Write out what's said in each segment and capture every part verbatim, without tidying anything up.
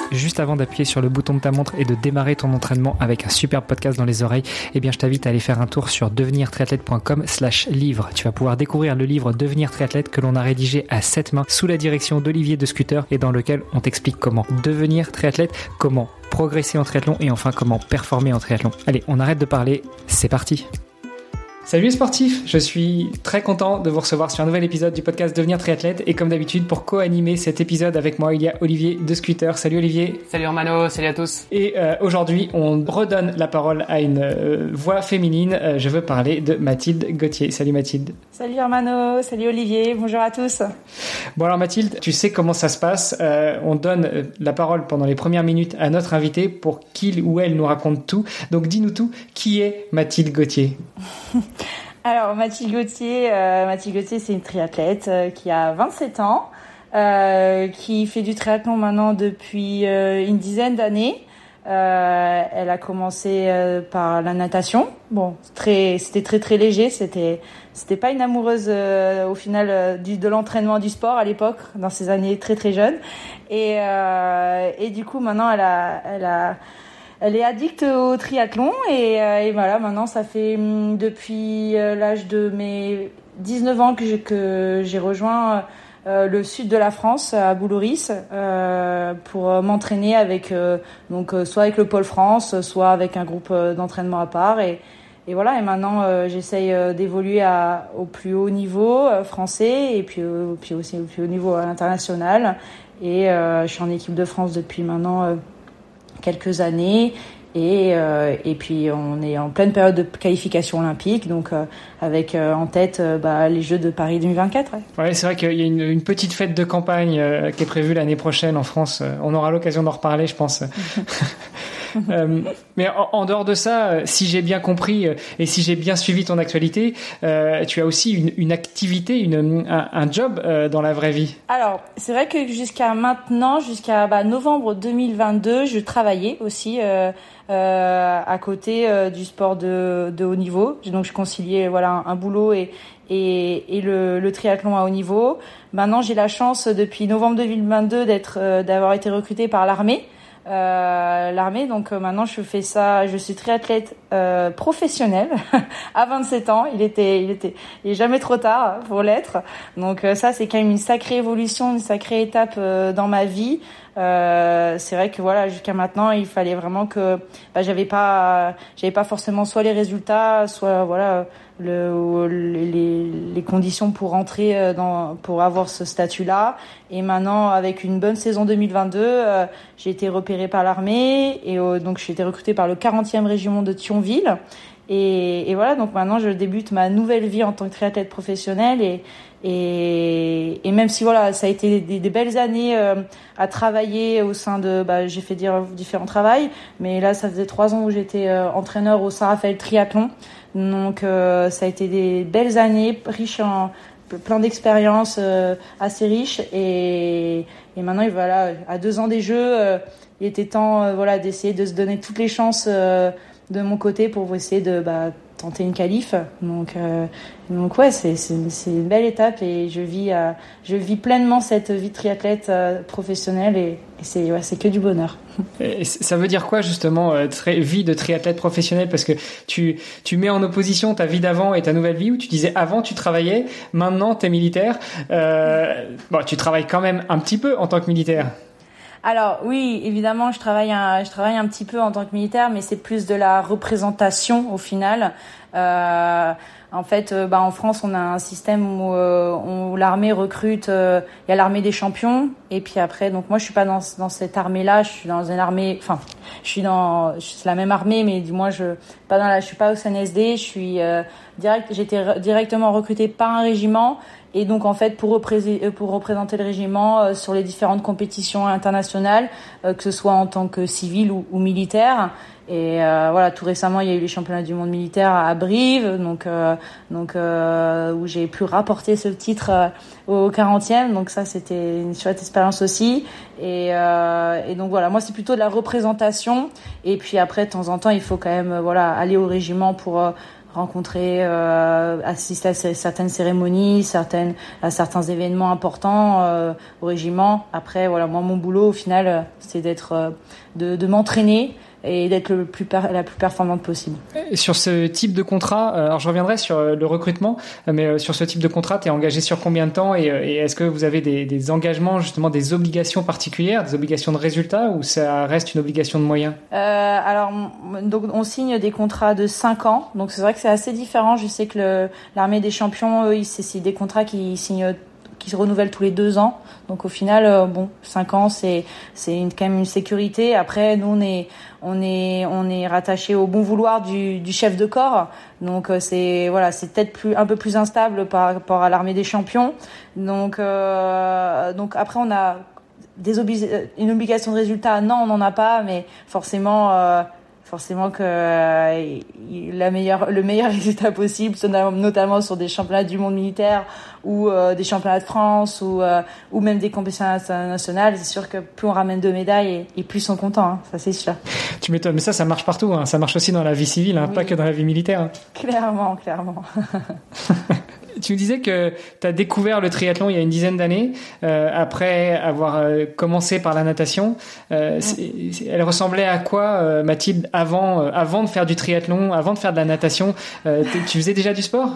juste avant d'appuyer sur le bouton de ta montre et de démarrer ton entraînement avec un super podcast dans les oreilles, eh bien je t'invite à aller faire un tour sur devenir triathlète point com slash livre. Tu vas pouvoir découvrir le livre Devenir triathlète que l'on a rédigé à sept mains sous la direction d'Olivier de Scooter et dans lequel on t'explique comment devenir triathlète, comment progresser en triathlon et enfin comment performer en triathlon. Allez, on arrête de parler, c'est parti. Salut les sportifs, je suis très content de vous recevoir sur un nouvel épisode du podcast Devenir triathlète et comme d'habitude pour co-animer cet épisode avec moi il y a Olivier de Scooter. Salut Olivier. Salut Romano, salut à tous. Et euh, aujourd'hui on redonne la parole à une euh, voix féminine, euh, je veux parler de Mathilde Gauthier. Salut Mathilde. Salut Romano, salut Olivier, bonjour à tous. Bon alors Mathilde, tu sais comment ça se passe, euh, on donne la parole pendant les premières minutes à notre invité pour qu'il ou elle nous raconte tout, donc dis-nous tout, qui est Mathilde Gauthier? Alors Mathilde Gauthier, euh, Mathilde Gauthier c'est une triathlète euh, qui a vingt-sept ans, euh, qui fait du triathlon maintenant depuis euh, une dizaine d'années. Euh, elle a commencé euh, par la natation. Bon, très, c'était très très léger. C'était, c'était pas une amoureuse euh, au final euh, du, de l'entraînement du sport à l'époque, dans ses années très très jeunes. Et euh, et du coup maintenant elle a, elle a Elle est addicte au triathlon et, euh, et voilà, maintenant ça fait hum, depuis euh, l'âge de mes dix-neuf ans que j'ai, que j'ai rejoint euh, le sud de la France, à Boulouris, euh, pour euh, m'entraîner avec euh, donc euh, soit avec le Pôle France, soit avec un groupe euh, d'entraînement à part et et voilà, et maintenant euh, j'essaye euh, d'évoluer à, au plus haut niveau euh, français et puis, euh, puis aussi au plus haut niveau international et euh, je suis en équipe de France depuis maintenant euh, quelques années et euh, et puis on est en pleine période de qualification olympique donc euh, avec euh, en tête euh, bah, les Jeux de Paris deux mille vingt-quatre. Ouais, ouais c'est vrai qu'il y a une, une petite fête de campagne euh, qui est prévue l'année prochaine en France. On aura l'occasion d'en reparler, je pense. euh, mais en, en dehors de ça, si j'ai bien compris euh, et si j'ai bien suivi ton actualité, euh, tu as aussi une, une activité, une, un, un job euh, dans la vraie vie. Alors c'est vrai que jusqu'à maintenant, jusqu'à bah, novembre deux mille vingt-deux, je travaillais aussi euh, euh, à côté euh, du sport de, de haut niveau. Donc je conciliais voilà un, un boulot et et, et le, le triathlon à haut niveau. Maintenant j'ai la chance depuis novembre deux mille vingt-deux d'être euh, d'avoir été recrutée par l'armée. Euh, l'armée donc euh, maintenant je fais ça, je suis triathlète euh, professionnelle à vingt-sept ans. Il était il était il est jamais trop tard pour l'être. Donc euh, ça c'est quand même une sacrée évolution, une sacrée étape euh, dans ma vie. Euh, c'est vrai que voilà jusqu'à maintenant il fallait vraiment que bah, j'avais pas j'avais pas forcément soit les résultats soit voilà le les les conditions pour rentrer dans pour avoir ce statut là et maintenant avec une bonne saison deux mille vingt-deux euh, j'ai été repérée par l'armée et euh, donc j'ai été recrutée par le quarantième régiment de Thionville et et voilà donc maintenant je débute ma nouvelle vie en tant que triathlète professionnelle et Et, et même si voilà, ça a été des, des belles années euh, à travailler au sein de, bah, j'ai fait dire, différents travails, mais là ça faisait trois ans où j'étais euh, entraîneur au Saint-Raphaël Triathlon, donc euh, ça a été des belles années riches en plein d'expériences euh, assez riches et, et maintenant voilà, à deux ans des Jeux, euh, il était temps euh, voilà d'essayer de se donner toutes les chances euh, de mon côté pour essayer de bah, tenter une qualif. Donc, euh, donc ouais, c'est, c'est, c'est une belle étape et je vis, euh, je vis pleinement cette vie de triathlète euh, professionnelle et, et c'est, ouais, c'est que du bonheur. Et ça veut dire quoi justement euh, tri- vie de triathlète professionnel? Parce que tu, tu mets en opposition ta vie d'avant et ta nouvelle vie où tu disais avant tu travaillais, maintenant t'es militaire. Euh, bon, tu travailles quand même un petit peu en tant que militaire. Alors oui, évidemment, je travaille un, je travaille un petit peu en tant que militaire, mais c'est plus de la représentation au final. Euh, en fait, euh, bah en France, on a un système où, euh, où l'armée recrute. Il euh, y a l'armée des champions, et puis après, donc moi, je suis pas dans dans cette armée-là. Je suis dans une armée. Enfin, je suis dans c'est la même armée, mais du moins, je pas dans la. Je suis pas au C N S D. Je suis euh, direct. J'ai été directement recrutée par un régiment. Et donc en fait pour représenter pour représenter le régiment euh, sur les différentes compétitions internationales, euh, que ce soit en tant que civil ou, ou militaire. Et euh, voilà, tout récemment il y a eu les championnats du monde militaire à Brive, donc euh, donc euh, où j'ai pu rapporter ce titre euh, au quarantième. Donc ça c'était une chouette expérience aussi. Et, euh, et donc voilà, moi c'est plutôt de la représentation. Et puis après de temps en temps il faut quand même euh, voilà aller au régiment pour euh, rencontrer, euh, assister à certaines cérémonies, certaines, à certains événements importants euh, au régiment. Après, voilà, moi, mon boulot, au final, c'est d'être, euh, de, de m'entraîner et d'être le plus per- la plus performante possible. Sur ce type de contrat, alors je reviendrai sur le recrutement, mais sur ce type de contrat, tu es engagé sur combien de temps et, et est-ce que vous avez des, des engagements, justement des obligations particulières, des obligations de résultats ou ça reste une obligation de moyens? euh, Alors, donc, on signe des contrats de cinq ans, donc c'est vrai que c'est assez différent. Je sais que le, l'armée des champions, eux, c'est, c'est des contrats qui signent qui se renouvellent tous les deux ans. Donc au final, euh, bon, cinq ans, c'est c'est une, quand même une sécurité. Après, nous on est on est on est rattaché au bon vouloir du du chef de corps. Donc euh, c'est voilà, c'est peut-être plus un peu plus instable par rapport à l'armée des champions. Donc euh, donc après on a des obli- une obligation de résultat. Non, on n'en a pas, mais forcément. Euh, Forcément que euh, la meilleure, le meilleur résultat possible, notamment sur des championnats du monde militaire ou euh, des championnats de France ou euh, ou même des compétitions nationales, c'est sûr que plus on ramène de médailles et, et plus ils sont contents, hein, ça c'est sûr. Tu m'étonnes, mais ça, ça marche partout, hein. Ça marche aussi dans la vie civile, hein, oui. Pas que dans la vie militaire. Hein. Clairement, clairement. Tu me disais que tu as découvert le triathlon il y a une dizaine d'années, euh, après avoir euh, commencé par la natation. Euh, c'est, c'est, elle ressemblait à quoi, euh, Mathilde, avant, euh, avant de faire du triathlon, avant de faire de la natation? euh, Tu faisais déjà du sport?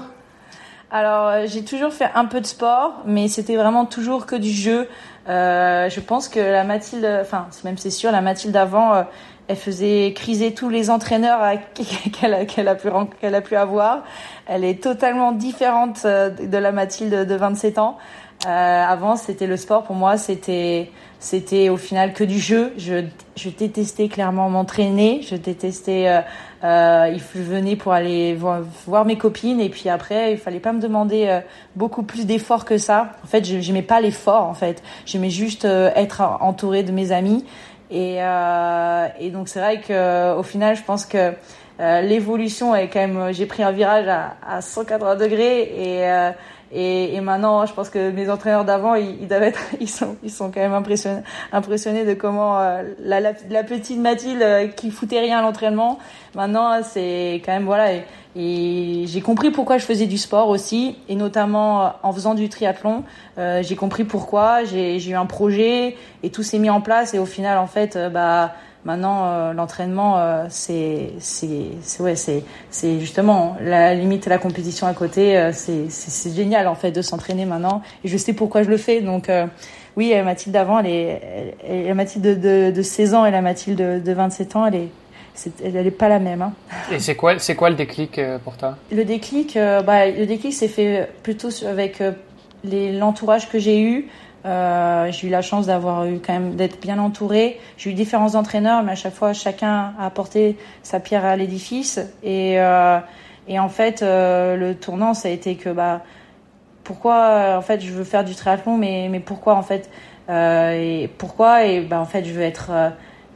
Alors, euh, j'ai toujours fait un peu de sport, mais c'était vraiment toujours que du jeu. Euh, je pense que la Mathilde, enfin, même c'est sûr, la Mathilde d'avant, euh, elle faisait criser tous les entraîneurs à, qu'elle, a, qu'elle, a pu, qu'elle a pu avoir. Elle est totalement différente de la Mathilde de vingt-sept ans. Euh, avant, c'était le sport. Pour moi, c'était, c'était au final que du jeu. Je, je détestais clairement m'entraîner. Je détestais. Euh, euh, je venais pour aller voir, voir mes copines et puis après, il fallait pas me demander euh, beaucoup plus d'efforts que ça. En fait, je j'aimais pas l'effort. En fait, j'aimais juste euh, être entourée de mes amis. Et, euh, et donc c'est vrai que au final, je pense que euh, l'évolution est quand même. J'ai pris un virage à, à cent quatre-vingts degrés et euh, et, et maintenant, je pense que mes entraîneurs d'avant, ils, ils doivent être, ils sont, ils sont quand même impressionnés, impressionnés de comment euh, la, la, la petite Mathilde euh, qui foutait rien à l'entraînement. Maintenant, c'est quand même voilà. Et, et j'ai compris pourquoi je faisais du sport aussi, et notamment euh, en faisant du triathlon. Euh, j'ai compris pourquoi. J'ai, j'ai eu un projet et tout s'est mis en place. Et au final, en fait, euh, bah maintenant euh, l'entraînement, euh, c'est, c'est, c'est ouais, c'est, c'est justement la limite la compétition à côté. Euh, c'est, c'est, c'est génial en fait de s'entraîner maintenant. Et je sais pourquoi je le fais. Donc euh, oui, Mathilde d'avant, elle est, elle, elle, la Mathilde de, de, de seize ans et la Mathilde de, de vingt-sept ans, elle est C'est, elle n'est pas la même. Hein. Et c'est quoi, c'est quoi le déclic euh, pour toi? Le déclic, euh, bah, le déclic s'est fait plutôt avec euh, les, l'entourage que j'ai eu. Euh, j'ai eu la chance d'avoir eu quand même d'être bien entourée. J'ai eu différents entraîneurs, mais à chaque fois, chacun a apporté sa pierre à l'édifice. Et, euh, et en fait, euh, le tournant, ça a été que bah pourquoi en fait je veux faire du triathlon, mais mais pourquoi en fait euh, et pourquoi et bah en fait je veux être euh,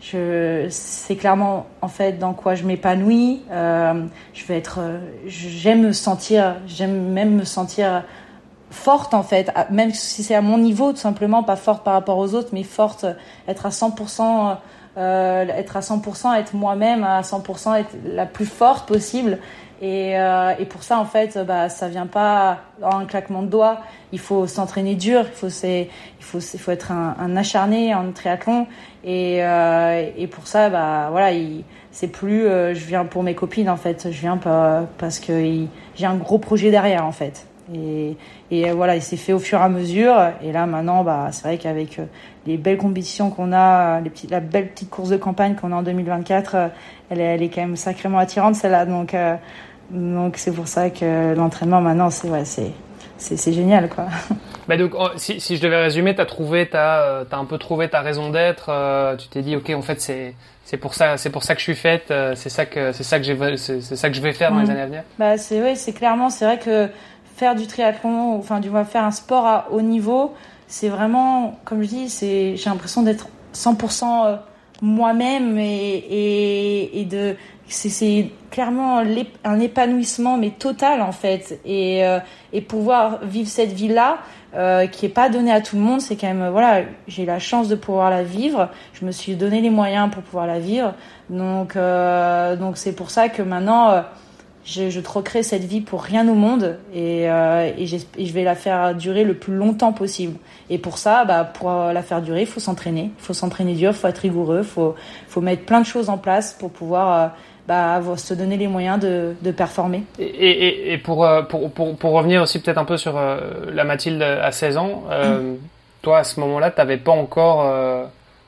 Je, c'est clairement en fait dans quoi je m'épanouis. Euh, je vais être, j'aime me sentir, j'aime même me sentir forte en fait, même si c'est à mon niveau tout simplement, pas forte par rapport aux autres, mais forte, être à cent pour cent, euh, être à cent pour cent, être moi-même à cent pour cent, être la plus forte possible. Et, euh, et pour ça en fait, bah ça vient pas en un claquement de doigts. Il faut s'entraîner dur, il faut c'est, il faut il faut être un, un acharné en triathlon. Et, euh, et pour ça, bah voilà, il, c'est plus, euh, je viens pour mes copines en fait, je viens pas, parce que il, j'ai un gros projet derrière en fait. Et, et voilà, il s'est fait au fur et à mesure. Et là maintenant, bah c'est vrai qu'avec les belles compétitions qu'on a, les petites, la belle petite course de campagne qu'on a en deux mille vingt-quatre, elle, elle est quand même sacrément attirante celle-là. Donc euh, donc c'est pour ça que l'entraînement maintenant, c'est ouais, c'est c'est, c'est génial quoi. Bah donc si, si je devais résumer, t'as trouvé, t'as, t'as un peu trouvé ta raison d'être. Euh, tu t'es dit ok, en fait c'est c'est pour ça, c'est pour ça que je suis faite. Euh, c'est ça que c'est ça que j'ai, c'est, c'est ça que je vais faire dans mmh. les années à venir. Bah c'est ouais, c'est clairement, c'est vrai que faire du triathlon, enfin du moins faire un sport à haut niveau, c'est vraiment, comme je dis, c'est j'ai l'impression d'être cent pour cent moi-même et et, et de c'est, c'est clairement un épanouissement mais total en fait, et euh, et pouvoir vivre cette vie là euh, qui est pas donnée à tout le monde, c'est quand même voilà, j'ai la chance de pouvoir la vivre, je me suis donné les moyens pour pouvoir la vivre, donc euh, donc c'est pour ça que maintenant euh, je, je troquerai cette vie pour rien au monde et, euh, et, et je vais la faire durer le plus longtemps possible. Et pour ça, bah, pour la faire durer, il faut s'entraîner. Il faut s'entraîner dur, il faut être rigoureux, il faut, faut mettre plein de choses en place pour pouvoir euh, bah, se donner les moyens de, de performer. Et, et, et pour, pour, pour, pour revenir aussi peut-être un peu sur euh, la Mathilde à seize ans, euh, mmh. toi à ce moment-là, tu n'avais pas encore... Euh,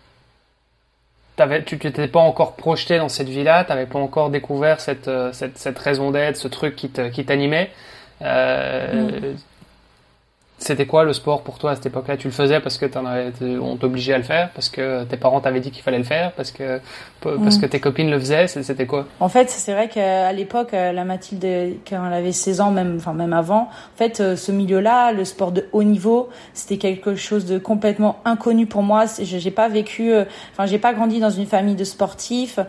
t'avais, tu t'étais pas encore projeté dans cette vie-là, tu n'avais pas encore découvert cette, cette, cette raison d'être, ce truc qui, te, qui t'animait. Euh, mmh. C'était quoi le sport pour toi à cette époque-là? Tu le faisais parce que t'en avais, on t'obligeait à le faire, parce que tes parents t'avaient dit qu'il fallait le faire, parce que parce mmh. que tes copines le faisaient. C'était quoi? En fait, c'est vrai qu'à l'époque, la Mathilde, quand elle avait seize ans, même, enfin même avant, en fait, ce milieu-là, le sport de haut niveau, c'était quelque chose de complètement inconnu pour moi. J'ai pas vécu, enfin, j'ai pas grandi dans une famille de sportifs.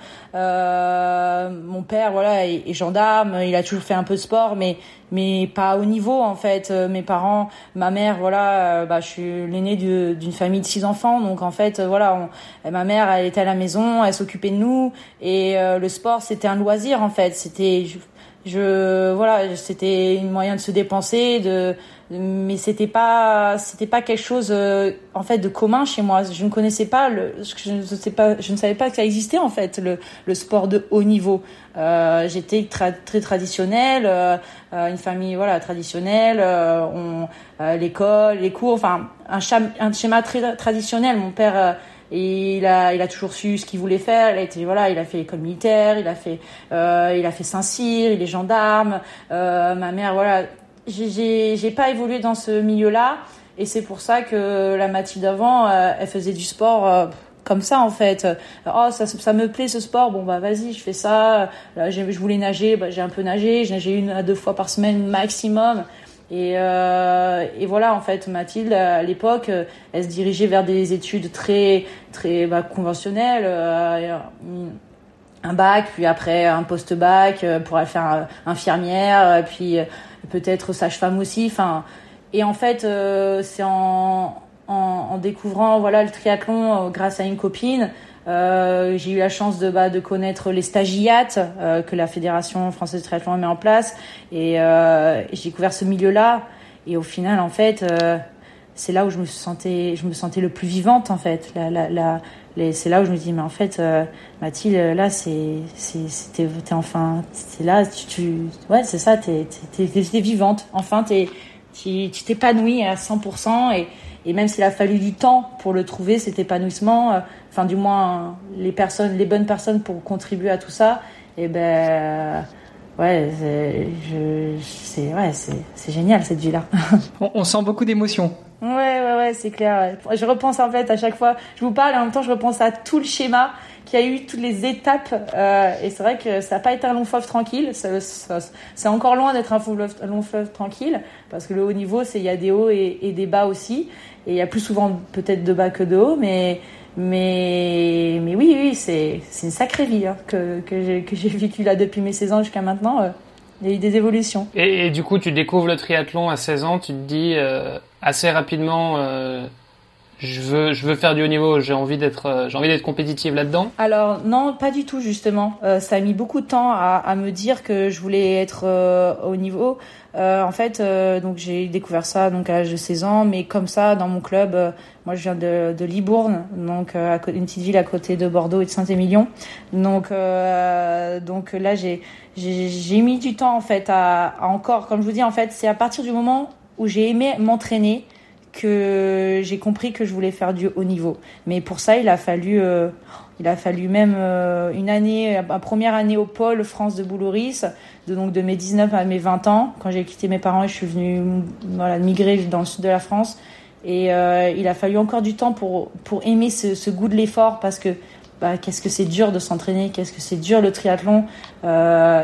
Euh, mon père, voilà, est, est gendarme. Il a toujours fait un peu de sport, mais mais pas à haut niveau en fait. Euh, mes parents, ma mère, voilà, euh, bah je suis l'aînée de, d'une famille de six enfants, donc en fait, euh, voilà, on, ma mère, elle était à la maison, elle s'occupait de nous, et euh, le sport, c'était un loisir en fait. C'était, je, je voilà, c'était un moyen de se dépenser, de mais c'était pas c'était pas quelque chose euh, en fait de commun chez moi. Je ne connaissais pas le je ne sais pas je ne savais pas que ça existait en fait le le sport de haut niveau. Euh, j'étais tra- très traditionnelle, euh, une famille voilà traditionnelle, euh, on euh, l'école, les cours, enfin un, cham- un schéma très traditionnel. Mon père euh, Et il a, il a toujours su ce qu'il voulait faire. Il a été, voilà, il a fait l'école militaire, il a fait, euh, il a fait Saint-Cyr, il est gendarme. Euh, ma mère, voilà, j'ai, j'ai, j'ai pas évolué dans ce milieu-là, et c'est pour ça que la Mathilde d'avant, euh, elle faisait du sport euh, comme ça en fait. Oh, ça, ça me plaît ce sport. Bon bah vas-y, je fais ça. Là, je voulais nager, bah j'ai un peu nagé. J'ai nagé une à deux fois par semaine maximum. Et, euh, et voilà, en fait, Mathilde, à l'époque, elle se dirigeait vers des études très, très bah, conventionnelles, euh, un bac, puis après un post-bac pour aller faire infirmière, puis peut-être sage-femme aussi. Enfin, et en fait, euh, c'est en, en, en découvrant voilà le triathlon euh, grâce à une copine. Euh, j'ai eu la chance de bah, de connaître les stagiates euh, que la Fédération française de triathlon met en place, et, euh, et j'ai découvert ce milieu-là, et au final en fait euh, c'est là où je me sentais je me sentais le plus vivante en fait. La, la, la, les, c'est là où je me dis mais en fait euh, Mathilde, là c'est c'est c'était t'es enfin c'est là tu, tu ouais c'est ça t'es t'es, t'es, t'es vivante enfin t'es tu, tu t'épanouis à cent pour cent, et et même s'il a fallu du temps pour le trouver, cet épanouissement, euh, enfin du moins les personnes, les bonnes personnes pour contribuer à tout ça, et ben euh, ouais, c'est, je, c'est ouais, c'est, c'est génial cette vie-là. on, on sent beaucoup d'émotions. Ouais, ouais, ouais, c'est clair. Ouais. Je repense en fait à chaque fois, je vous parle et en même temps je repense à tout le schéma qu'il y a eu, toutes les étapes, euh, et c'est vrai que ça n'a pas été un long fleuve tranquille. Ça, ça, c'est encore loin d'être un, fleuve, un long fleuve tranquille, parce que le haut niveau, c'est il y a des hauts et, et des bas aussi, et il y a plus souvent peut-être de bas que de hauts, mais mais mais oui, oui, c'est c'est une sacrée vie hein, que que j'ai que j'ai vécu là depuis mes seize ans jusqu'à maintenant. Euh, il y a eu des évolutions. Et, et du coup, tu découvres le triathlon à seize ans, tu te dis euh, assez rapidement. Euh, Je veux, je veux faire du haut niveau. J'ai envie d'être, euh, j'ai envie d'être compétitive là-dedans. Alors non, pas du tout justement. Euh, ça a mis beaucoup de temps à, à me dire que je voulais être euh, au niveau. Euh, en fait, euh, donc j'ai découvert ça donc à l'âge de seize ans, mais comme ça dans mon club. Euh, moi, je viens de, de Libourne, donc euh, à une petite ville à côté de Bordeaux et de Saint-Émilion. Donc, euh, donc là, j'ai, j'ai, j'ai mis du temps en fait à, à encore, comme je vous dis, en fait, c'est à partir du moment où j'ai aimé m'entraîner que j'ai compris que je voulais faire du haut niveau. Mais pour ça, il a fallu, euh, il a fallu même euh, une année, ma première année au pôle France de Boulouris, de, donc de mes dix-neuf à mes vingt ans, quand j'ai quitté mes parents et je suis venue voilà, migrer dans le sud de la France. Et euh, il a fallu encore du temps pour, pour aimer ce, ce goût de l'effort, parce que bah, qu'est-ce que c'est dur de s'entraîner, qu'est-ce que c'est dur le triathlon. Euh,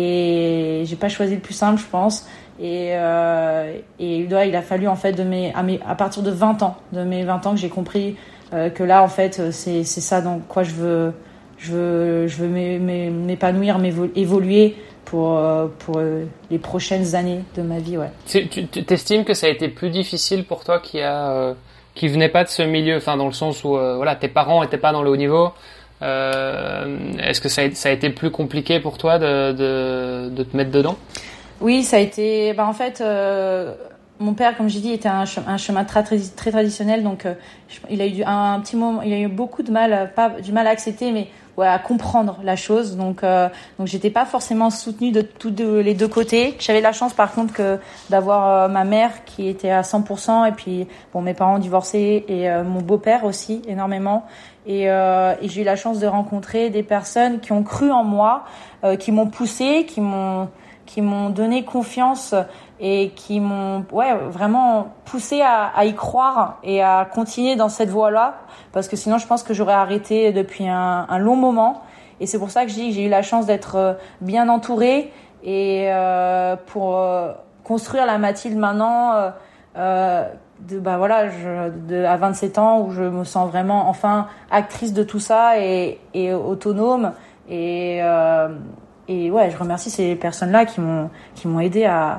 et j'ai pas choisi le plus simple, je pense. Et, euh, et ouais, il a fallu en fait de mes, à, mes, à partir de vingt ans, de mes vingt ans que j'ai compris euh, que là en fait c'est, c'est ça dans quoi je veux, je veux, je veux m'épanouir, m'évoluer pour, pour les prochaines années de ma vie. Ouais. Tu, tu t'estimes que ça a été plus difficile pour toi qui a, euh, qui venait pas de ce milieu, enfin dans le sens où euh, voilà tes parents étaient pas dans le haut niveau, Euh, est-ce que ça a, ça a été plus compliqué pour toi de, de, de te mettre dedans? Oui, ça a été. Bah en fait, euh, mon père, comme j'ai dit, était un, un chemin très, très, très traditionnel, donc euh, il a eu un, un petit moment, il a eu beaucoup de mal, pas du mal à accepter, mais ouais, à comprendre la chose. Donc, euh, donc j'étais pas forcément soutenue de tous de, les deux côtés. J'avais la chance, par contre, que d'avoir euh, ma mère qui était à cent pour cent, et puis bon, mes parents divorcés et euh, mon beau-père aussi énormément. Et, euh, et j'ai eu la chance de rencontrer des personnes qui ont cru en moi, euh, qui m'ont poussée, qui m'ont qui m'ont donné confiance et qui m'ont ouais vraiment poussé à, à y croire et à continuer dans cette voie-là, parce que sinon je pense que j'aurais arrêté depuis un, un long moment. Et c'est pour ça que je dis que j'ai eu la chance d'être bien entourée et euh, pour euh, construire la Mathilde maintenant euh, euh, de bah voilà je, de, à vingt-sept ans, où je me sens vraiment enfin actrice de tout ça et, et autonome et euh, Et ouais, je remercie ces personnes-là qui m'ont qui m'ont aidé à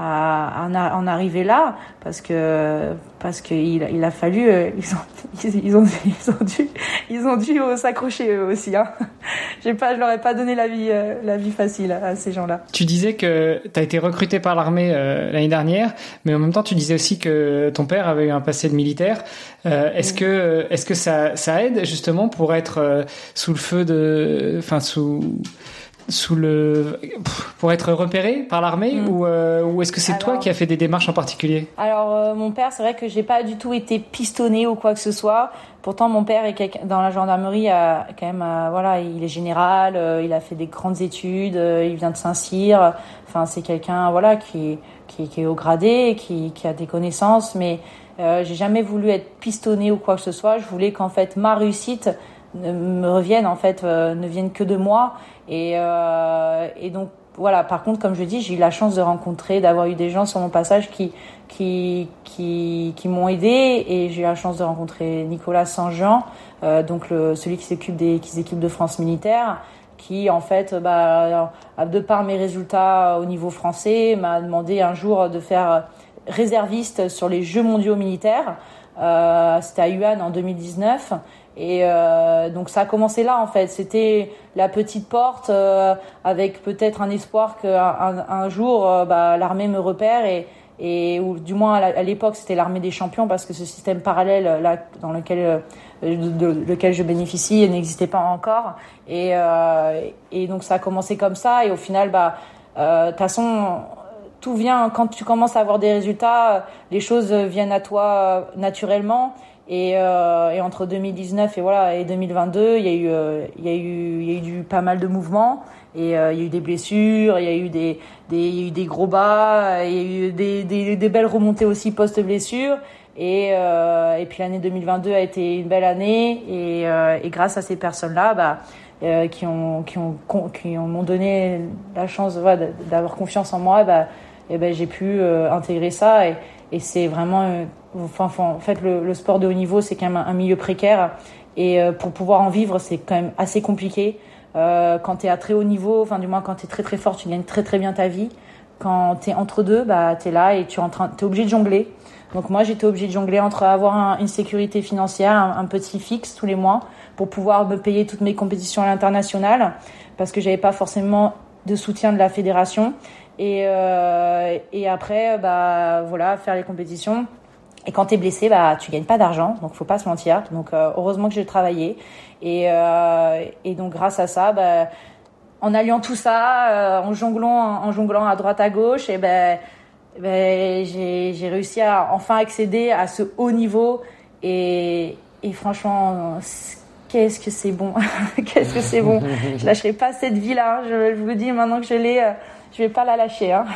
à, à en arriver là, parce que parce que il, il a fallu euh, ils ont ils ont ils ont dû ils ont dû s'accrocher eux aussi. Hein. J'ai pas je leur ai pas donné la vie euh, la vie facile à ces gens-là. Tu disais que tu as été recruté par l'armée euh, l'année dernière, mais en même temps tu disais aussi que ton père avait eu un passé de militaire. Euh, est-ce mmh. que est-ce que ça ça aide justement pour être euh, sous le feu de enfin sous sous le pour être repéré par l'armée mmh. ou euh, ou est-ce que c'est alors, toi qui as fait des démarches en particulier? Alors euh, mon père, c'est vrai que j'ai pas du tout été pistonné ou quoi que ce soit. Pourtant mon père est dans la gendarmerie, a quand même euh, voilà, il est général, euh, il a fait des grandes études, euh, il vient de Saint-Cyr. Enfin c'est quelqu'un voilà qui qui qui est au gradé, qui qui a des connaissances, mais euh, j'ai jamais voulu être pistonné ou quoi que ce soit. Je voulais qu'en fait ma réussite me revienne en fait euh, ne vienne que de moi. Et, euh, et donc voilà. Par contre, comme je dis, j'ai eu la chance de rencontrer, d'avoir eu des gens sur mon passage qui qui qui qui m'ont aidé, et j'ai eu la chance de rencontrer Nicolas Saint-Jean, euh, donc le, celui qui s'occupe des qui s'occupe de France Militaire, qui en fait, bah, de par mes résultats au niveau français, m'a demandé un jour de faire réserviste sur les Jeux mondiaux militaires. Euh, c'était à Yuan en deux mille dix-neuf. Et euh, donc ça a commencé là en fait, c'était la petite porte euh, avec peut-être un espoir qu'un un, un jour euh, bah, l'armée me repère et, et ou du moins à, à l'époque c'était l'armée des champions, parce que ce système parallèle là dans lequel euh, de, de lequel je bénéficie n'existait pas encore, et, euh, et donc ça a commencé comme ça. Et au final bah euh, de toute façon tout vient quand tu commences à avoir des résultats, les choses viennent à toi naturellement. Et, euh, et entre deux mille dix-neuf et voilà et deux mille vingt-deux, il y a eu euh, il y a eu il y a eu du, pas mal de mouvements, et euh, il y a eu des blessures, il y a eu des des il y a eu des gros bas, il y a eu des des des belles remontées aussi post blessure, et euh, et puis l'année deux mille vingt-deux a été une belle année, et euh, et grâce à ces personnes-là bah euh, qui ont qui ont qui ont m'ont donné la chance voilà, d'avoir confiance en moi, bah et ben j'ai pu euh, intégrer ça, et et c'est vraiment euh, Enfin, en fait, le, le sport de haut niveau, c'est quand même un, un milieu précaire, et euh, pour pouvoir en vivre, c'est quand même assez compliqué. Euh, quand t'es à très haut niveau, enfin du moins quand t'es très très fort, tu gagnes très très bien ta vie. Quand t'es entre deux, bah t'es là et tu es en train, t'es obligé de jongler. Donc moi, j'étais obligée de jongler entre avoir un, une sécurité financière, un, un petit fixe tous les mois pour pouvoir me payer toutes mes compétitions à l'international, parce que j'avais pas forcément de soutien de la fédération. Et euh, et après, bah voilà, faire les compétitions. Et quand t'es blessé, bah tu gagnes pas d'argent, donc faut pas se mentir. Donc euh, heureusement que j'ai travaillé, et euh, et donc grâce à ça, bah en alliant tout ça, euh, en jonglant, en jonglant à droite à gauche, et ben ben j'ai j'ai réussi à enfin accéder à ce haut niveau, et et franchement, qu'est-ce que c'est bon, qu'est-ce que c'est bon. Je lâcherai pas cette vie-là. Je, je vous dis maintenant que je l'ai, euh, je vais pas la lâcher. Hein.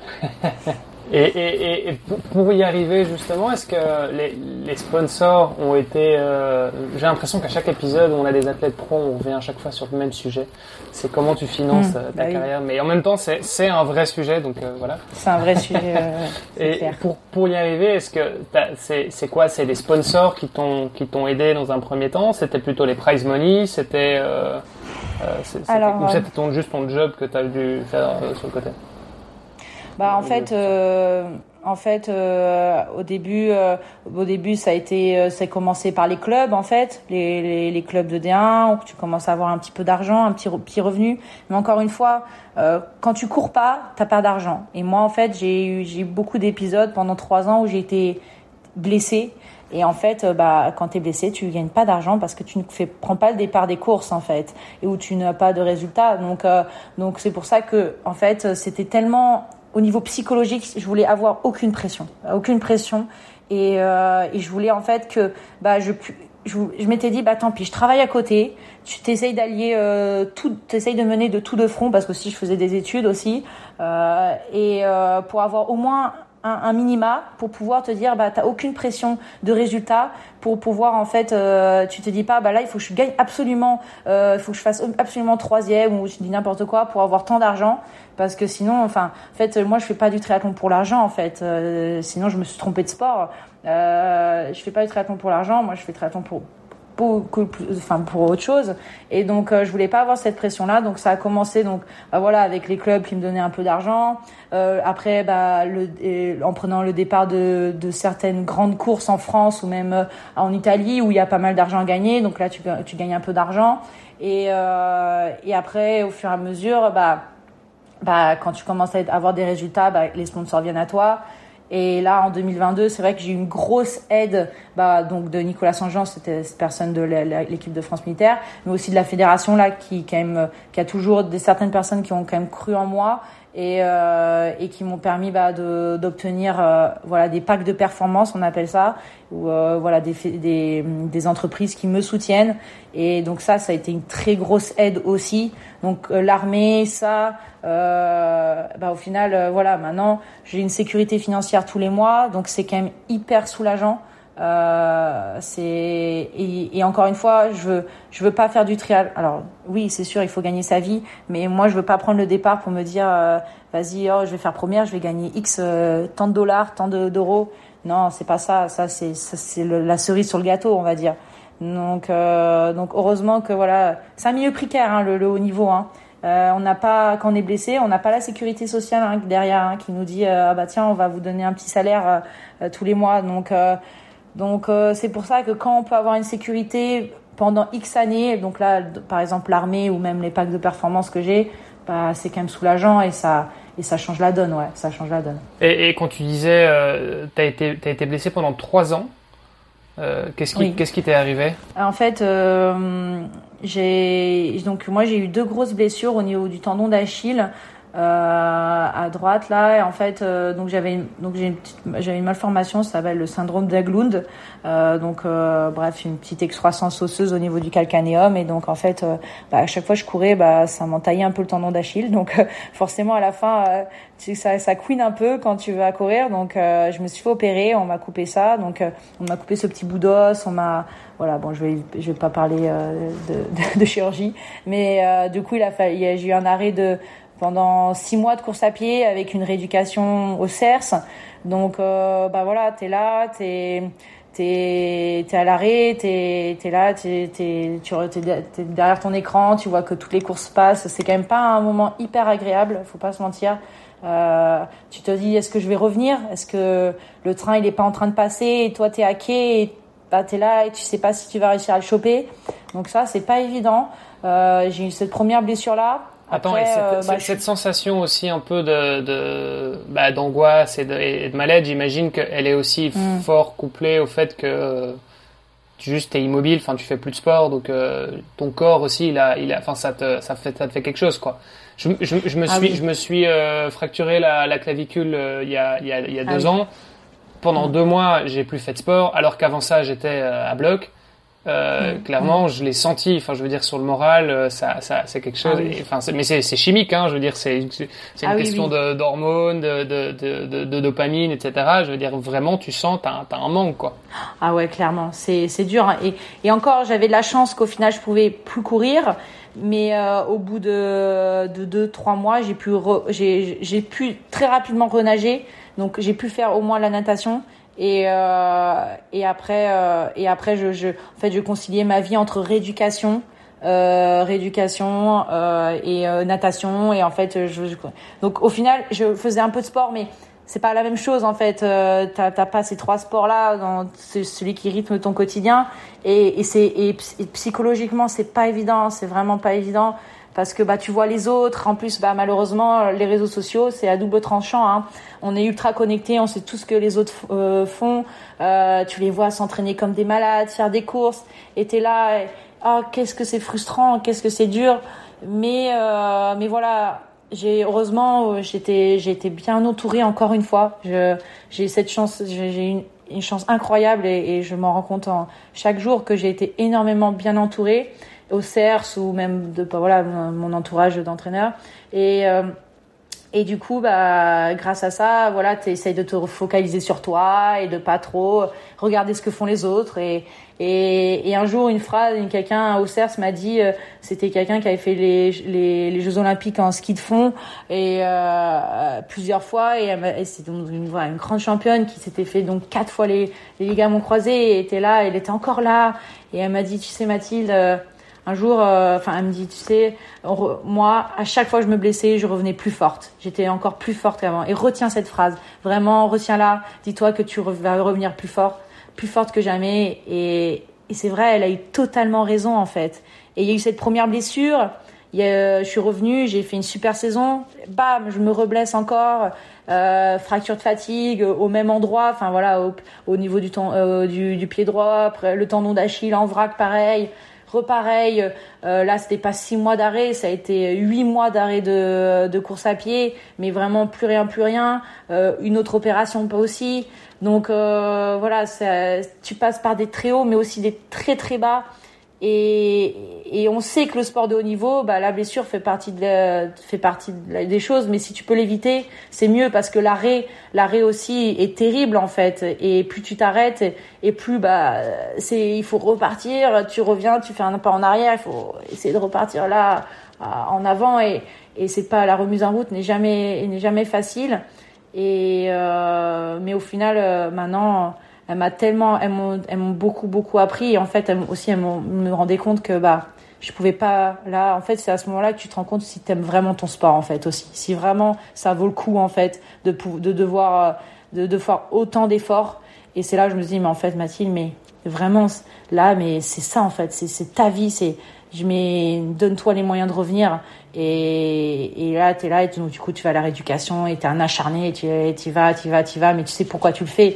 Et, et, et pour y arriver justement, est-ce que les, les sponsors ont été... Euh, j'ai l'impression qu'à chaque épisode où on a des athlètes pro, on revient à chaque fois sur le même sujet. C'est comment tu finances mmh, ta bah carrière. Oui. Mais en même temps, c'est, c'est un vrai sujet, donc euh, voilà. C'est un vrai sujet, euh, c'est et clair. Pour, pour y arriver, est-ce que c'est, c'est quoi? C'est des sponsors qui t'ont, qui t'ont aidé dans un premier temps? C'était plutôt les prize money? C'était... Euh, euh, c'était, Alors, ou c'était ton, juste ton job que tu as dû faire euh, sur le côté? Bah en fait, euh, En fait, euh, au début, euh, au début, ça a été, euh, ça a commencé par les clubs, en fait, les, les, les clubs de D un, où tu commences à avoir un petit peu d'argent, un petit, petit revenu. Mais encore une fois, euh, quand tu cours pas, t'as pas d'argent. Et moi, en fait, j'ai eu, j'ai eu beaucoup d'épisodes pendant trois ans où j'ai été blessée. Et en fait, euh, bah, quand t'es blessé, tu gagnes pas d'argent parce que tu ne fais, prends pas le départ des courses, en fait, et où tu n'as pas de résultats. Donc, euh, donc c'est pour ça que, en fait, c'était tellement, au niveau psychologique, je voulais avoir aucune pression, aucune pression, et, euh, et je voulais en fait que, bah, je, je, je m'étais dit, bah, tant pis, je travaille à côté, tu t'essayes d'allier euh, tout, t'essayes de mener de tout de front, parce que si je faisais des études aussi, euh, et euh, pour avoir au moins un, un minima, pour pouvoir te dire, bah, t'as aucune pression de résultat, pour pouvoir en fait, euh, tu te dis pas, bah là, il faut que je gagne absolument, euh, il faut que je fasse absolument troisième, ou je dis n'importe quoi pour avoir tant d'argent. Parce que sinon, enfin, en fait, moi, je fais pas du triathlon pour l'argent, en fait. Euh, sinon, je me suis trompée de sport. Euh, je fais pas du triathlon pour l'argent. Moi, je fais triathlon pour beaucoup plus, enfin, pour autre chose. Et donc, euh, je voulais pas avoir cette pression-là. Donc, ça a commencé, donc, bah, voilà, avec les clubs qui me donnaient un peu d'argent. Euh, après, bah, le, et, en prenant le départ de, de certaines grandes courses en France ou même euh, en Italie où il y a pas mal d'argent à gagner. Donc là, tu, tu gagnes un peu d'argent. Et, euh, et après, au fur et à mesure, bah, bah, quand tu commences à avoir des résultats, bah, les sponsors viennent à toi. Et là, en deux mille vingt-deux, c'est vrai que j'ai eu une grosse aide, bah, donc de Nicolas Saint-Jean, c'était cette personne de l'équipe de France militaire, mais aussi de la fédération, là, qui, quand même, qui a toujours des certaines personnes qui ont quand même cru en moi et, euh, et qui m'ont permis, bah, de, d'obtenir, euh, voilà, des packs de performance, on appelle ça, ou, euh, voilà, des, des, des entreprises qui me soutiennent. Et donc ça, ça a été une très grosse aide aussi. Donc, euh, l'armée, ça, Euh, bah au final euh, voilà, maintenant j'ai une sécurité financière tous les mois, donc c'est quand même hyper soulageant. Euh, c'est et, et encore une fois, je veux je veux pas faire du trial. Alors oui, c'est sûr, il faut gagner sa vie, mais moi je veux pas prendre le départ pour me dire euh, vas-y, oh je vais faire première, je vais gagner X euh, tant de dollars, tant de, d'euros. Non, c'est pas ça. Ça c'est ça, c'est le, la cerise sur le gâteau, on va dire. Donc euh, donc heureusement que voilà, c'est un milieu précaire, hein, le, le haut niveau, hein. Euh, on n'a pas, quand on est blessé, on n'a pas la sécurité sociale, hein, derrière, hein, qui nous dit euh, ah bah tiens, on va vous donner un petit salaire euh, euh, tous les mois. Donc euh, donc euh, c'est pour ça que quand on peut avoir une sécurité pendant X années, donc là par exemple l'armée ou même les packs de performance que j'ai, bah c'est quand même soulageant et ça et ça change la donne, ouais, ça change la donne. Et, et quand tu disais euh, t'as été t'as été blessé pendant trois ans. Euh, qu'est-ce qui, oui. qu'est-ce qui t'est arrivé ? En fait, euh, j'ai donc moi j'ai eu deux grosses blessures au niveau du tendon d'Achille euh, à droite là. Et en fait, euh, donc j'avais donc j'ai une petite, j'avais une malformation, ça s'appelle le syndrome d'Haglund. Euh, donc euh, bref, une petite excroissance osseuse au niveau du calcanéum. Et donc en fait, euh, bah, à chaque fois que je courais, bah ça m'entaillait un peu le tendon d'Achille. Donc euh, forcément à la fin, euh, tu, ça ça couine un peu quand tu vas courir. Donc euh, je me suis fait opérer, on m'a coupé ça. Donc euh, on m'a coupé ce petit bout d'os, on m'a voilà, bon, je vais, je vais pas parler euh, de, de, de chirurgie, mais euh, du coup, il a fallu, j'ai eu un arrêt de pendant six mois de course à pied avec une rééducation au C E R S. Donc, euh, bah voilà, t'es là, t'es, t'es, t'es à l'arrêt, t'es, t'es là, t'es, t'es, tu, t'es, t'es derrière ton écran, tu vois que toutes les courses passent. C'est quand même pas un moment hyper agréable, faut pas se mentir. Euh, tu te dis, est-ce que je vais revenir? Est-ce que le train il est pas en train de passer et toi t'es à quai et bah t'es là et tu sais pas si tu vas réussir à le choper. Donc ça c'est pas évident. Euh, j'ai eu cette première blessure là. Attends, et cette, euh, bah, cette je... sensation aussi un peu de, de bah, d'angoisse et de, et de mal-être, j'imagine qu'elle est aussi mm. fort couplée au fait que tu juste t'es immobile, enfin tu fais plus de sport, donc euh, ton corps aussi, il a, il a, enfin ça te, ça fait, ça te fait quelque chose quoi. Je, je, je me suis, ah oui. je me suis euh, fracturé la, la clavicule euh, il y a, il y a, il y a deux ah oui. ans. Pendant mmh. deux mois, j'ai plus fait de sport, alors qu'avant ça, j'étais euh, à bloc. Euh, mmh. Clairement, mmh. je l'ai senti. Enfin, je veux dire, sur le moral, euh, ça, ça, c'est quelque chose. Ah oui. et, enfin, c'est, mais c'est, c'est chimique, hein. Je veux dire, c'est, c'est une ah question oui, oui. de d'hormones, de, de, de, de, de dopamine, et cetera. Je veux dire, vraiment, tu sens, t'as, t'as un manque, quoi. Ah ouais, clairement, c'est, c'est dur. Hein. Et, et encore, j'avais de la chance qu'au final, je pouvais plus courir. Mais euh, au bout de, de deux, trois mois, j'ai pu, re, j'ai, j'ai pu très rapidement renager. Donc j'ai pu faire au moins la natation et euh, et après euh, et après je je en fait je conciliais ma vie entre rééducation euh, rééducation euh, et euh, natation et en fait je, je donc au final je faisais un peu de sport mais c'est pas la même chose en fait. Euh, t'as, t'as pas ces trois sports-là dans c'est celui qui rythme ton quotidien et, et c'est et, et psychologiquement c'est pas évident, c'est vraiment pas évident parce que bah tu vois les autres. En plus bah malheureusement les réseaux sociaux c'est à double tranchant. Hein. On est ultra connectés, on sait tout ce que les autres euh, font. Euh, tu les vois s'entraîner comme des malades, faire des courses et t'es là. Ah oh, qu'est-ce que c'est frustrant, qu'est-ce que c'est dur. Mais euh, mais voilà. J'ai heureusement j'étais j'ai été bien entourée encore une fois. Je j'ai cette chance j'ai, j'ai une, une chance incroyable et, et je m'en rends compte en, chaque jour que j'ai été énormément bien entourée au C E R S ou même de voilà mon entourage d'entraîneurs et euh, et du coup bah grâce à ça voilà t'essayes de te focaliser sur toi et de pas trop regarder ce que font les autres et et, et un jour une phrase quelqu'un au C E R S m'a dit euh, c'était quelqu'un qui avait fait les les, les Jeux Olympiques en ski de fond et euh, plusieurs fois et, et c'était une, voilà, une grande championne qui s'était fait donc quatre fois les les ligaments croisés et était là elle était encore là et elle m'a dit tu sais Mathilde euh, un jour, enfin, euh, elle me dit, tu sais, re, moi, à chaque fois que je me blessais, je revenais plus forte. J'étais encore plus forte qu'avant. Et retiens cette phrase. Vraiment, retiens-la. Dis-toi que tu re- vas revenir plus fort, plus forte que jamais. Et, et c'est vrai, elle a eu totalement raison, en fait. Et il y a eu cette première blessure. Il y a, je suis revenue, j'ai fait une super saison. Bam, je me reblesse encore. Euh, fracture de fatigue au même endroit. Enfin, voilà, au, au niveau du, ten, euh, du, du pied droit. Après, le tendon d'Achille en vrac, pareil. Repareil, euh, là c'était pas six mois d'arrêt, ça a été huit mois d'arrêt de, de course à pied, mais vraiment plus rien, plus rien. Euh, une autre opération pas aussi. Donc euh, voilà, ça, tu passes par des très hauts, mais aussi des très très bas. Et, et on sait que le sport de haut niveau, bah la blessure fait partie de la, fait partie de la, des choses, mais si tu peux l'éviter, c'est mieux parce que l'arrêt, l'arrêt aussi est terrible en fait. Et plus tu t'arrêtes, et plus bah c'est, il faut repartir. Tu reviens, tu fais un pas en arrière, il faut essayer de repartir là en avant et et c'est pas la remise en route n'est jamais n'est jamais facile. Et euh, mais au final euh, maintenant. Elle m'a tellement, elles m'ont, elles m'ont beaucoup, beaucoup appris. Et en fait, elles aussi, elles m'ont, me rendaient compte que, bah, je pouvais pas, là, en fait, c'est à ce moment-là que tu te rends compte si t'aimes vraiment ton sport, en fait, aussi. Si vraiment ça vaut le coup, en fait, de, de devoir, de, de faire autant d'efforts. Et c'est là que je me dis, mais en fait, Mathilde, mais vraiment, là, mais c'est ça, en fait, c'est, c'est ta vie, c'est, je mets, donne-toi les moyens de revenir. Et, et là, t'es là, et tu, du coup, tu vas à la rééducation, et t'es un acharné, et tu y vas, tu y vas, tu y vas, mais tu sais pourquoi tu le fais.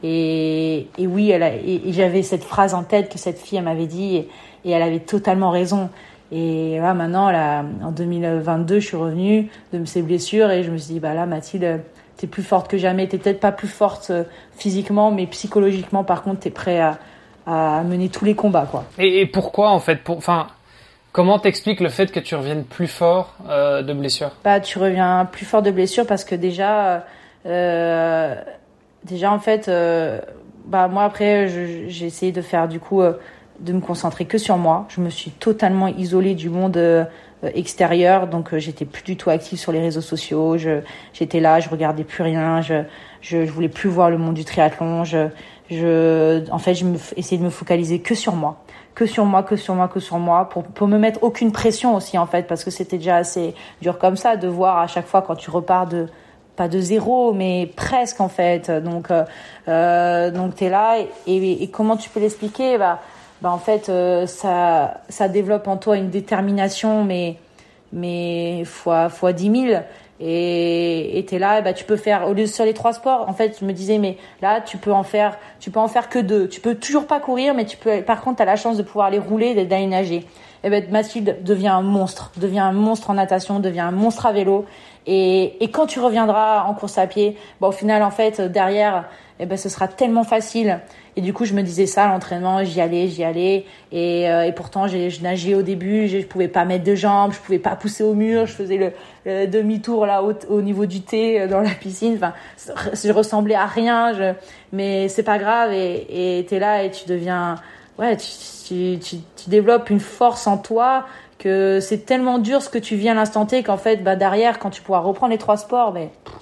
Et, et oui, elle a, et, et j'avais cette phrase en tête que cette fille, elle m'avait dit, et, et elle avait totalement raison. Et là, maintenant, là, en deux mille vingt-deux, je suis revenue de ces blessures, et je me suis dit, bah là, Mathilde, t'es plus forte que jamais. T'es peut-être pas plus forte physiquement, mais psychologiquement, par contre, t'es prêt à, à mener tous les combats, quoi. Et, et pourquoi, en fait, pour, enfin, comment t'expliques le fait que tu reviennes plus fort euh, de blessure? Bah, tu reviens plus fort de blessure parce que déjà, euh, déjà en fait, euh, bah moi après, je, j'ai essayé de faire du coup, euh, de me concentrer que sur moi. Je me suis totalement isolée du monde euh, extérieur, donc euh, j'étais plus du tout active sur les réseaux sociaux. Je, j'étais là, je regardais plus rien. Je, je, je voulais plus voir le monde du triathlon. Je, je, en fait, je me, essayais de me focaliser que sur moi. que sur moi, que sur moi, que sur moi, pour pour me mettre aucune pression aussi en fait, parce que c'était déjà assez dur comme ça de voir à chaque fois quand tu repars de pas de zéro, mais presque en fait. Donc euh, euh, donc t'es là et, et, et comment tu peux l'expliquer? Bah bah en fait euh, ça ça développe en toi une détermination, mais mais fois fois dix mille. Et, et t'es là, bah tu peux faire au lieu sur les trois sports. En fait, je me disais mais là tu peux en faire, tu peux en faire que deux. Tu peux toujours pas courir, mais tu peux. Par contre, t'as la chance de pouvoir aller rouler, d'aller nager. Et ben Mathilde devient un monstre, devient un monstre en natation, devient un monstre à vélo. Et, et quand tu reviendras en course à pied, bah au final en fait derrière, eh ben ce sera tellement facile. Et du coup, je me disais ça, l'entraînement, j'y allais, j'y allais. Et, euh, et pourtant, j'ai, je nageais au début, je, je pouvais pas mettre de jambes, je pouvais pas pousser au mur, je faisais le, le demi-tour là au, au niveau du thé dans la piscine. Enfin, je ressemblais à rien, je, mais c'est pas grave. Et, et t'es là et tu deviens, ouais, tu, tu, tu, tu développes une force en toi que c'est tellement dur ce que tu vis à l'instant T qu'en fait, bah derrière, quand tu pourras reprendre les trois sports, mais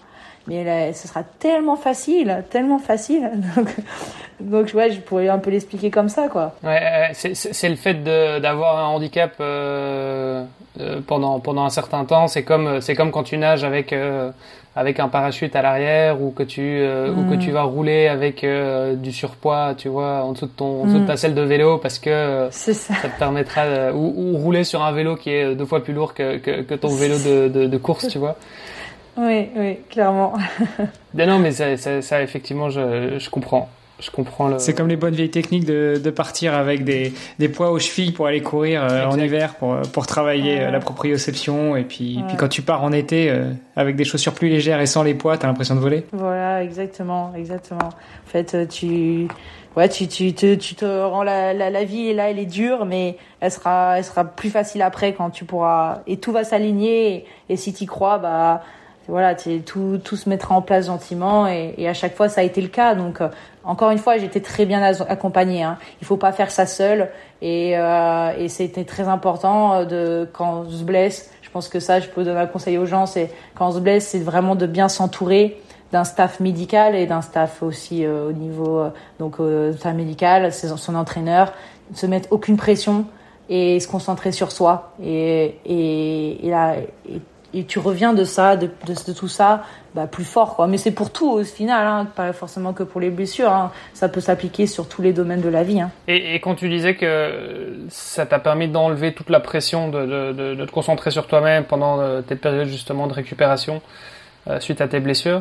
mais là, ce sera tellement facile, tellement facile. Donc, donc ouais, je pourrais un peu l'expliquer comme ça, quoi. Ouais, c'est, c'est, c'est le fait de, d'avoir un handicap euh, euh, pendant pendant un certain temps. C'est comme c'est comme quand tu nages avec euh, avec un parachute à l'arrière, ou que tu euh, mmh. ou que tu vas rouler avec euh, du surpoids, tu vois, en dessous de ton en dessous mmh. de ta selle de vélo, parce que euh, c'est ça. ça te permettra de, ou, ou rouler sur un vélo qui est deux fois plus lourd que que, que ton vélo de, de de course, tu vois. Oui, oui, clairement. Ben non, mais ça, ça, ça effectivement, je je comprends. Je comprends le... C'est comme les bonnes vieilles techniques de, de partir avec des, des poids aux chevilles pour aller courir euh, en hiver, pour, pour travailler ouais. euh, la proprioception. Et puis, ouais. puis quand tu pars en été euh, avec des chaussures plus légères et sans les poids, t'as l'impression de voler. Voilà, exactement, exactement. En fait, tu, ouais, tu, tu, tu, tu te rends la, la, la vie, là, elle est dure, mais elle sera, elle sera plus facile après quand tu pourras, et tout va s'aligner. Et, et si t'y crois, bah, voilà, tout, tout se mettra en place gentiment, et, et à chaque fois ça a été le cas. Donc euh, encore une fois, j'étais très bien accompagnée. Hein. Il faut pas faire ça seul, et, euh, et c'était très important de quand on se blesse. Je pense que ça, je peux donner un conseil aux gens, c'est quand on se blesse, c'est vraiment de bien s'entourer d'un staff médical et d'un staff aussi euh, au niveau euh, donc euh, staff médical, son entraîneur, ne se mettre aucune pression et se concentrer sur soi. Et et, et là. Et, Et tu reviens de ça, de, de, de tout ça, bah, plus fort, quoi. Mais c'est pour tout, au final, hein, pas forcément que pour les blessures, hein. Ça peut s'appliquer sur tous les domaines de la vie, hein. Et, et quand tu disais que ça t'a permis d'enlever toute la pression, de, de, de, de te concentrer sur toi-même pendant tes périodes, justement, de récupération, euh, suite à tes blessures,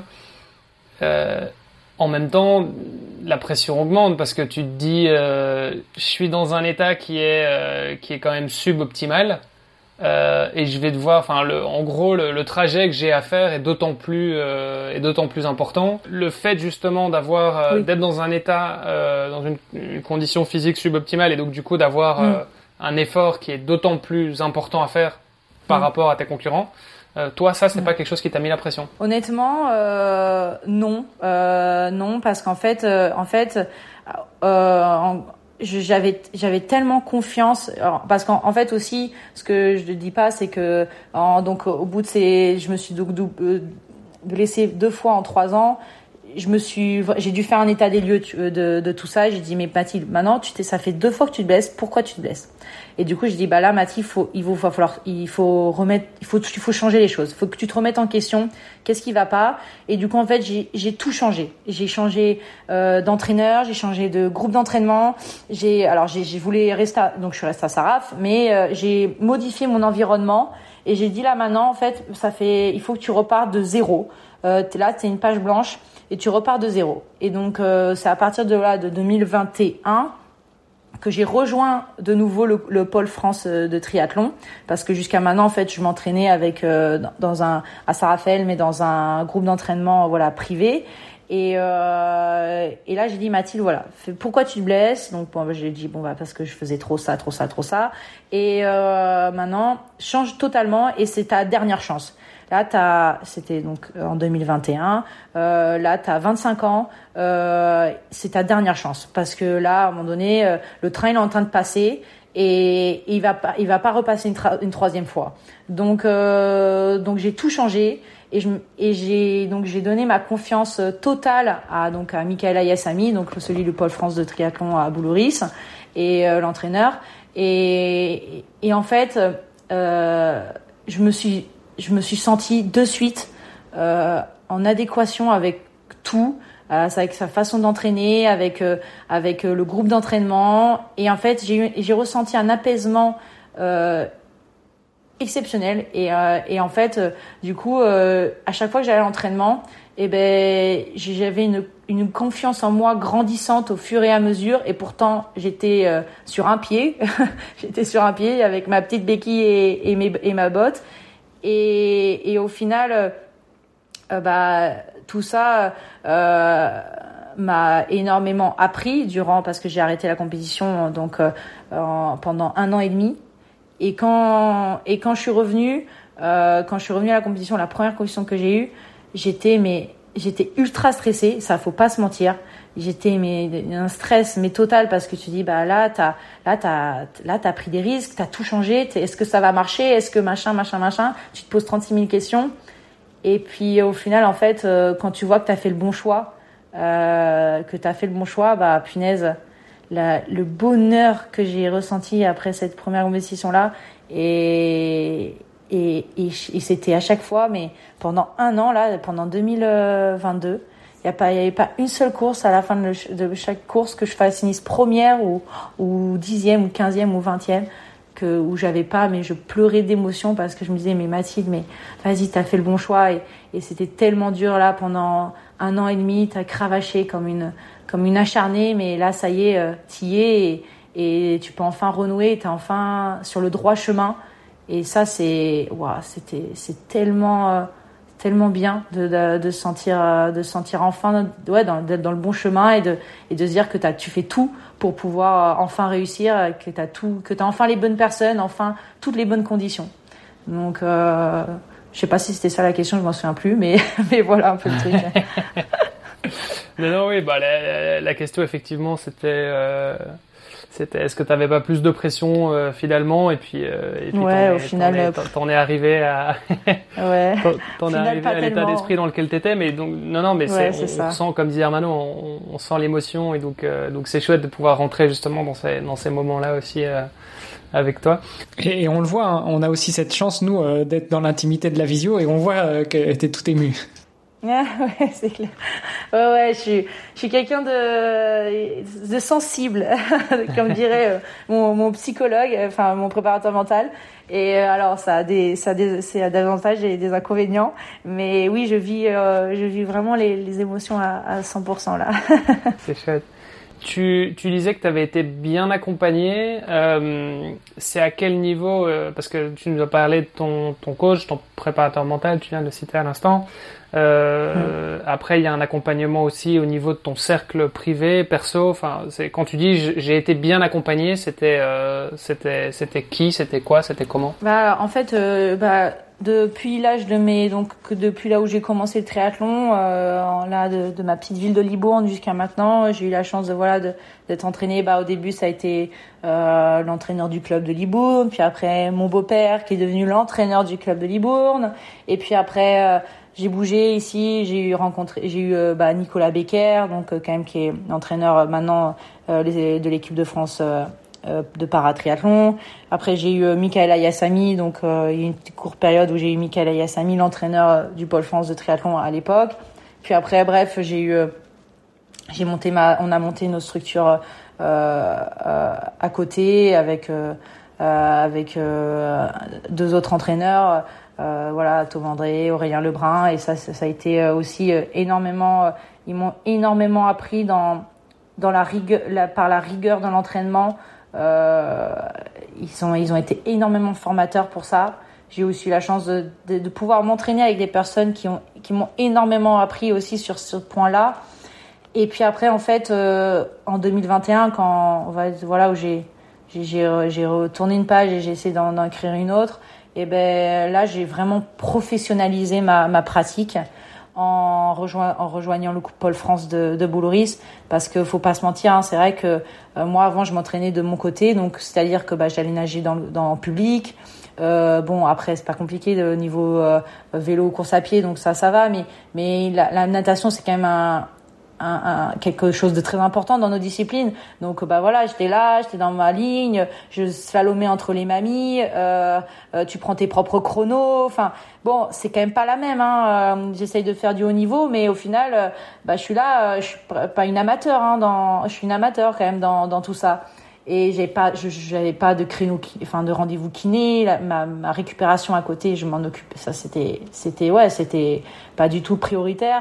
euh, en même temps, la pression augmente, parce que tu te dis, euh, je suis dans un état qui est, euh, qui est quand même suboptimal. Euh, et je vais devoir, enfin, le, en gros, le, le trajet que j'ai à faire est d'autant plus, euh, est d'autant plus important. Le fait justement d'avoir, euh, oui. d'être dans un état, euh, dans une, une condition physique suboptimale, et donc du coup d'avoir mm. euh, un effort qui est d'autant plus important à faire par mm. rapport à tes concurrents. Euh, toi, ça, c'est mm. pas quelque chose qui t'a mis la pression? Honnêtement, euh, non, euh, non, parce qu'en fait, euh, en fait, euh, en, j'avais j'avais tellement confiance, alors, parce qu'en en fait aussi, ce que je ne dis pas, c'est que en, donc au bout de ces, je me suis donc euh, blessée deux fois en trois ans. Je me suis, j'ai dû faire un état des lieux de, de, de tout ça. Et j'ai dit, mais Mathilde, maintenant, tu t'es, ça fait deux fois que tu te blesses. Pourquoi tu te blesses? Et du coup, je dis, bah là, Mathilde, il faut, il va falloir, il faut remettre, il faut, il faut changer les choses. Il faut que tu te remettes en question. Qu'est-ce qui va pas? Et du coup, en fait, j'ai, j'ai tout changé. J'ai changé euh, d'entraîneur, j'ai changé de groupe d'entraînement. J'ai, alors, j'ai, j'ai voulu rester, à, donc je suis restée à Saraf, mais euh, j'ai modifié mon environnement. Et j'ai dit là, maintenant, en fait, ça fait, il faut que tu repartes de zéro. Euh, t'es là, t'es une page blanche. Et tu repars de zéro. Et donc, euh, c'est à partir de là, de deux mille vingt et un, que j'ai rejoint de nouveau le, le pôle France de triathlon, parce que jusqu'à maintenant, en fait, je m'entraînais avec euh, dans un à Saint-Raphaël, mais dans un groupe d'entraînement, voilà, privé. Et euh, et là, j'ai dit, Mathilde, voilà, pourquoi tu te blesses? Donc, bon, j'ai dit, bon, bah, parce que je faisais trop ça, trop ça, trop ça. Et euh, maintenant, change totalement, et c'est ta dernière chance. Là, t'as, c'était donc en deux mille vingt et un. Euh, là, t'as vingt-cinq ans. Euh, c'est ta dernière chance, parce que là, à un moment donné, euh, le train il est en train de passer, et, et il va pas, il va pas repasser une, tra- une troisième fois. Donc, euh, donc j'ai tout changé, et je, et j'ai donc j'ai donné ma confiance totale à donc à Michael Ayassami, donc celui du pôle France de triathlon à Boulouris, et euh, l'entraîneur. Et, et en fait, euh, je me suis je me suis sentie de suite euh, en adéquation avec tout, euh, avec sa façon d'entraîner, avec euh, avec euh, le groupe d'entraînement. Et en fait, j'ai eu, j'ai ressenti un apaisement euh, exceptionnel. Et euh, et en fait, euh, du coup, euh, à chaque fois que j'allais à l'entraînement, eh ben j'avais une une confiance en moi grandissante au fur et à mesure. Et pourtant, j'étais euh, sur un pied, j'étais sur un pied avec ma petite béquille et et, mes, et ma botte. Et, et au final, euh, bah, tout ça euh, m'a énormément appris durant, parce que j'ai arrêté la compétition donc euh, en, pendant un an et demi. Et quand et quand je suis revenue, euh, quand je suis revenue à la compétition, la première compétition que j'ai eue, j'étais mais j'étais ultra stressée. Ça, faut pas se mentir. J'étais mais un stress mais total, parce que tu dis bah là t'as là t'as là t'as pris des risques, t'as tout changé, est-ce que ça va marcher, est-ce que machin machin machin, tu te poses trente-six mille questions. Et puis au final, en fait, euh, quand tu vois que tu as fait le bon choix, euh, que tu as fait le bon choix, bah punaise, la, le bonheur que j'ai ressenti après cette première compétition-là, et, et, et, et c'était à chaque fois, mais pendant un an, là, pendant deux mille vingt-deux, il n'y avait pas une seule course à la fin de, le, de chaque course que je finisse première ou, ou dixième ou quinzième ou vingtième. Que, où j'avais pas, mais je pleurais d'émotion parce que je me disais, mais Mathilde, mais vas-y, t'as fait le bon choix. Et, et c'était tellement dur là pendant un an et demi, t'as cravaché comme une, comme une acharnée, mais là, ça y est, euh, t'y es et, et tu peux enfin renouer, t'es enfin sur le droit chemin. Et ça, c'est, waouh, c'était, c'est tellement, euh, tellement bien de, de, de sentir, euh, de sentir enfin, ouais, dans, d'être dans le bon chemin et de, et de se dire que t'as, tu fais tout pour pouvoir enfin réussir, que t'as tout, que t'as enfin les bonnes personnes, enfin toutes les bonnes conditions. Donc, euh, je sais pas si c'était ça la question, je m'en souviens plus, mais mais voilà un peu le truc. non, non, oui, bah la, la, la question effectivement, c'était, euh, c'était, est-ce que t'avais pas plus de pression euh, finalement, et puis, euh, et puis ouais, t'en, au es, final, t'en, es, t'en, t'en es arrivé à, ouais, t'en, t'en es final, arrivé à l'état tellement. d'esprit dans lequel t'étais, mais donc non, non, mais ouais, c'est, c'est on, on sent, comme disait Armano, on, on sent l'émotion, et donc, euh, donc c'est chouette de pouvoir rentrer justement dans ces, dans ces moments-là aussi. Euh, avec toi. Et, et on le voit, hein, on a aussi cette chance, nous, euh, d'être dans l'intimité de la visio, et on voit euh, que t'es tout ému. Ah, ouais, c'est clair. Ouais, ouais, je suis, je suis quelqu'un de, de sensible, comme dirait euh, mon, mon psychologue, enfin mon préparateur mental. Et euh, alors, ça a des, ça a des, c'est des avantages et des inconvénients. Mais oui, je vis, euh, je vis vraiment les, les émotions à, à cent pour cent là. C'est chouette. Tu, tu disais que tu avais été bien accompagné. Euh, c'est à quel niveau euh, parce que tu nous as parlé de ton, ton coach, ton préparateur mental, tu viens de le citer à l'instant. Euh, mmh. Après, il y a un accompagnement aussi au niveau de ton cercle privé, perso. Enfin, c'est quand tu dis j'ai été bien accompagné, c'était, euh, c'était, c'était qui, c'était quoi, c'était comment? Bah, en fait, euh, bah. Depuis l'âge de mes donc depuis là où j'ai commencé le triathlon, euh, là de, de ma petite ville de Libourne jusqu'à maintenant, j'ai eu la chance de voilà de, d'être entraînée. Bah au début ça a été euh, l'entraîneur du club de Libourne, puis après mon beau-père qui est devenu l'entraîneur du club de Libourne, et puis après euh, j'ai bougé ici, j'ai eu rencontré j'ai eu euh, bah Nicolas Becker, donc euh, quand même qui est l'entraîneur euh, maintenant euh, les, de l'équipe de France. Euh, de paratriathlon. Après, j'ai eu euh, Michaela Yassami, donc euh, il y a une petite courte période où j'ai eu Michaela Yassami, l'entraîneur euh, du pôle France de triathlon à l'époque. Puis après, bref, j'ai eu, euh, j'ai monté ma, on a monté nos structures euh, euh, à côté avec euh, euh, avec euh, deux autres entraîneurs, euh, voilà, Thomas André, Aurélien Lebrun, et ça, ça, ça a été aussi euh, énormément, euh, ils m'ont énormément appris dans dans la rigueur, la, par la rigueur de l'entraînement. Euh, ils sont, ils ont été énormément formateurs pour ça. J'ai aussi eu la chance de, de, de pouvoir m'entraîner avec des personnes qui ont, qui m'ont énormément appris aussi sur ce point-là. Et puis après, en fait, euh, en deux mille vingt et un, quand, voilà, où j'ai, j'ai, j'ai, j'ai retourné une page et j'ai essayé d'en, d'en écrire une autre, et ben là, j'ai vraiment professionnalisé ma, ma pratique. En, rejoignant, en rejoignant le pôle France de, de Boulouris, parce que faut pas se mentir, hein, c'est vrai que euh, moi avant je m'entraînais de mon côté, donc c'est-à-dire que bah, j'allais nager dans dans le public. Euh, bon après c'est pas compliqué de niveau euh, vélo, course à pied, donc ça ça va, mais mais la, la natation c'est quand même un Un, un, quelque chose de très important dans nos disciplines. Donc bah voilà, j'étais là, j'étais dans ma ligne, je slalomais entre les mamies, euh, euh, tu prends tes propres chronos, enfin bon, c'est quand même pas la même, hein. Euh, j'essaye de faire du haut niveau, mais au final, euh, bah je suis là, euh, je suis pas une amateur, hein, dans, je suis une amateur quand même dans dans tout ça. Et j'ai pas, je, j'avais pas de créneau, enfin de rendez-vous kiné, la, ma, ma récupération à côté, je m'en occupe. Ça, c'était, c'était, ouais, c'était pas du tout prioritaire.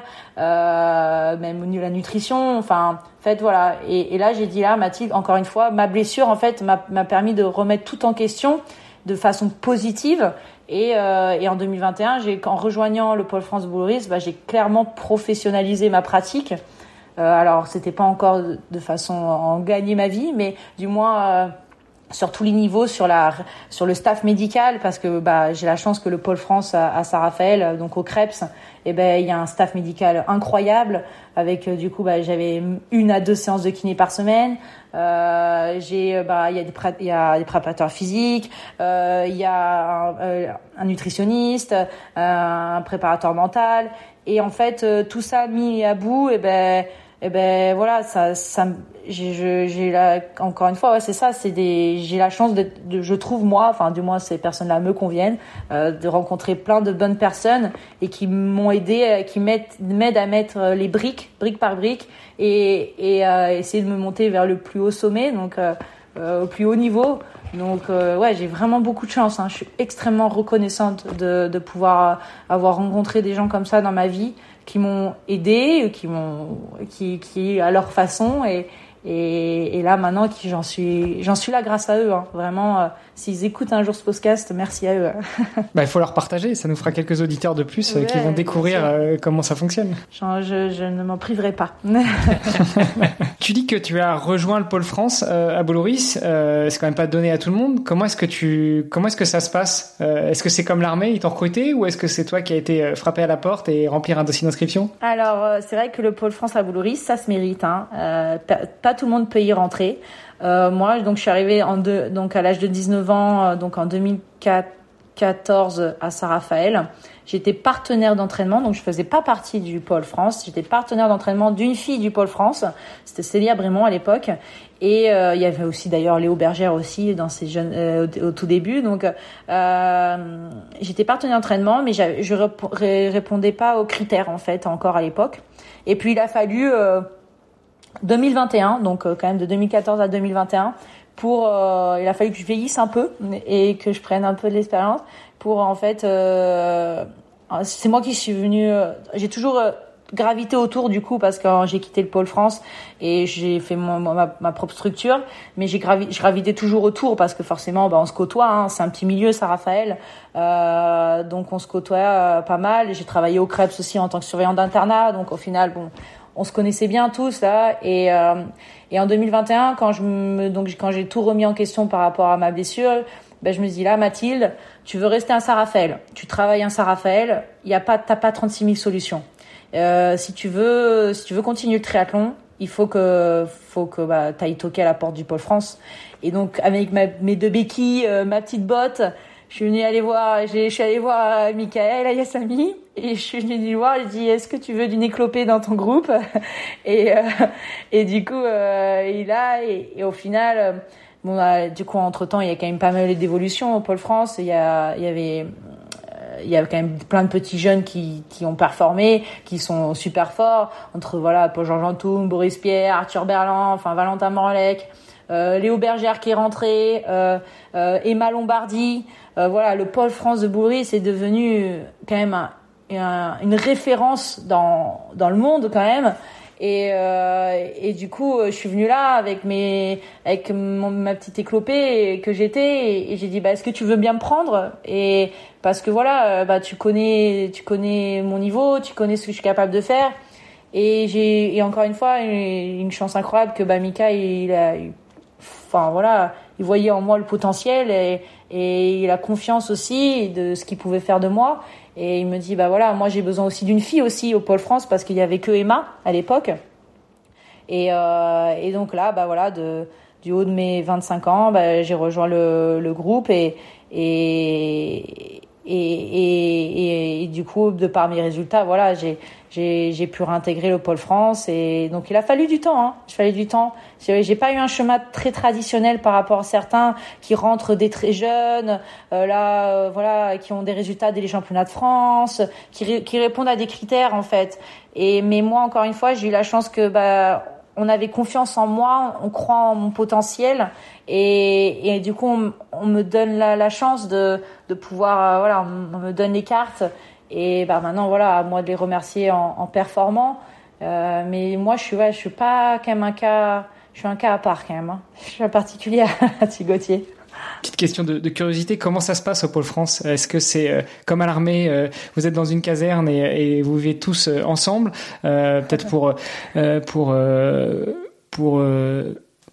Euh, même au niveau de la nutrition, enfin, en fait, voilà. Et, et là, j'ai dit là, Mathilde, encore une fois, ma blessure, en fait, m'a, m'a permis de remettre tout en question de façon positive. Et, euh, et en deux mille vingt et un, j'ai, en rejoignant le pôle France Boulouris, bah, j'ai clairement professionnalisé ma pratique. Euh, alors, c'était pas encore de façon à en gagner ma vie, mais du moins, euh, sur tous les niveaux, sur la sur le staff médical, parce que bah j'ai la chance que le pôle France à, à Saint-Raphaël, donc au Creps, et ben il y a un staff médical incroyable avec du coup bah j'avais une à deux séances de kiné par semaine. Euh, j'ai bah il y a des il y a des préparateurs physiques, euh, il y a un, euh, un nutritionniste, euh, un préparateur mental, et en fait euh, tout ça mis à bout, et ben et ben voilà ça ça j'ai je, j'ai la encore une fois ouais c'est ça c'est des j'ai la chance de, de je trouve moi enfin du moins ces personnes-là me conviennent euh, de rencontrer plein de bonnes personnes et qui m'ont aidé qui m'aident m'aident à mettre les briques brique par brique et et euh, essayer de me monter vers le plus haut sommet, donc euh, euh, au plus haut niveau. Donc euh, ouais, j'ai vraiment beaucoup de chance, hein. Je suis extrêmement reconnaissante de de pouvoir avoir rencontré des gens comme ça dans ma vie, qui m'ont aidé, qui m'ont qui qui à leur façon, et et, et là maintenant qui j'en suis j'en suis là grâce à eux, hein. Vraiment euh, s'ils écoutent un jour ce podcast, merci à eux. Bah il faut leur partager, ça nous fera quelques auditeurs de plus ouais, euh, qui vont découvrir euh, comment ça fonctionne. Je, je, je ne m'en priverai pas. Tu dis que tu as rejoint le pôle France euh, à Boulouris, euh, c'est quand même pas donné à tout le monde. Comment est-ce que tu comment est-ce que ça se passe euh, Est-ce que c'est comme l'armée, ils t'ont recruté, ou est-ce que c'est toi qui as été frappé à la porte et remplir un dossier d'inscription? Alors euh, c'est vrai que le pôle France à Boulouris, ça se mérite, hein. Euh, pas tout le monde peut y rentrer. Euh, moi, donc, je suis arrivée en deux, donc à l'âge de dix-neuf ans, euh, donc en deux mille quatorze à Saint-Raphaël. J'étais partenaire d'entraînement, donc je faisais pas partie du pôle France. J'étais partenaire d'entraînement d'une fille du pôle France. C'était Célia Brémond à l'époque. Et euh, il y avait aussi d'ailleurs Léo Bergère aussi dans ces jeunes euh, au, au tout début. Donc euh, j'étais partenaire d'entraînement, mais je rép- répondais pas aux critères en fait encore à l'époque. Et puis il a fallu euh, deux mille vingt et un, donc euh, quand même de deux mille quatorze à deux mille vingt et un, pour euh, il a fallu que je vieillisse un peu et que je prenne un peu de l'expérience pour en fait euh, c'est moi qui suis venue euh, j'ai toujours euh, gravité autour du coup, parce que euh, j'ai quitté le pôle France et j'ai fait mon, ma, ma propre structure, mais j'ai gravi, je gravitais toujours autour parce que forcément bah on se côtoie, hein, c'est un petit milieu Saint-Raphaël, euh, donc on se côtoie euh, pas mal. J'ai travaillé au Creps aussi en tant que surveillant d'internat, donc au final bon on se connaissait bien tous là, et euh, et en deux mille vingt et un quand je me donc quand j'ai tout remis en question par rapport à ma blessure, ben je me dis là Mathilde, tu veux rester à Saint-Raphaël, tu travailles à Saint-Raphaël, il y a pas t'as pas trente-six mille solutions. Euh, si tu veux si tu veux continuer le triathlon, il faut que faut que bah t'ailles toquer à la porte du pôle France. Et donc avec ma, mes deux béquilles, euh, ma petite botte, je suis venue aller voir, j'ai, je suis allée voir Michael Ayassami, et je suis venue lui voir, je dis est-ce que tu veux d'une éclopée dans ton groupe? Et euh, et du coup euh, il a et, et au final euh, bon euh, du coup entre temps il y a quand même pas mal d'évolutions au pôle France. Il y a il y avait euh, il y a quand même plein de petits jeunes qui qui ont performé, qui sont super forts, entre voilà Paul-Georges Antoum, Boris Pierre, Arthur Berland, enfin Valentin Morlec, euh, Léo Bergère qui est rentré, euh, euh, Emma Lombardi. Euh, voilà, le pôle France de Boulouris est devenu quand même un, un, une référence dans dans le monde quand même. Et euh, et du coup, je suis venue là avec mes avec mon, ma petite éclopée que j'étais, et, et j'ai dit bah est-ce que tu veux bien me prendre? Et parce que voilà, bah tu connais tu connais mon niveau, tu connais ce que je suis capable de faire. Et j'ai et encore une fois une, une chance incroyable que bah Mika il a enfin voilà, il voyait en moi le potentiel, et et il a confiance aussi de ce qu'il pouvait faire de moi. Et il me dit bah voilà, moi j'ai besoin aussi d'une fille aussi au pôle France, parce qu'il y avait que Emma à l'époque. Et euh, et donc là bah voilà, de du haut de mes vingt-cinq ans, bah j'ai rejoint le le groupe, et et et et, et du coup de par mes résultats, voilà, j'ai j'ai j'ai pu réintégrer le pôle France. Et donc il a fallu du temps, hein. Il fallait du temps. J'ai, j'ai pas eu un chemin très traditionnel par rapport à certains qui rentrent des très jeunes, euh, là euh, voilà, qui ont des résultats dès les championnats de France, qui ré, qui répondent à des critères en fait. Et mais moi encore une fois, j'ai eu la chance que bah on avait confiance en moi, on croit en mon potentiel, et, et du coup on, on me donne la, la chance de, de pouvoir, euh, voilà, on, on me donne les cartes, et bah maintenant voilà, à moi de les remercier en, en performant. Euh, mais moi je suis, ouais, je suis pas quand même un cas, je suis un cas à part quand même. Hein. Je suis un particulier à Thigautier. Petite question de, de curiosité, comment ça se passe au pôle France? Est-ce que c'est euh, comme à l'armée, euh, vous êtes dans une caserne et, et vous vivez tous euh, ensemble, euh, peut-être pour euh, pour euh, pour euh,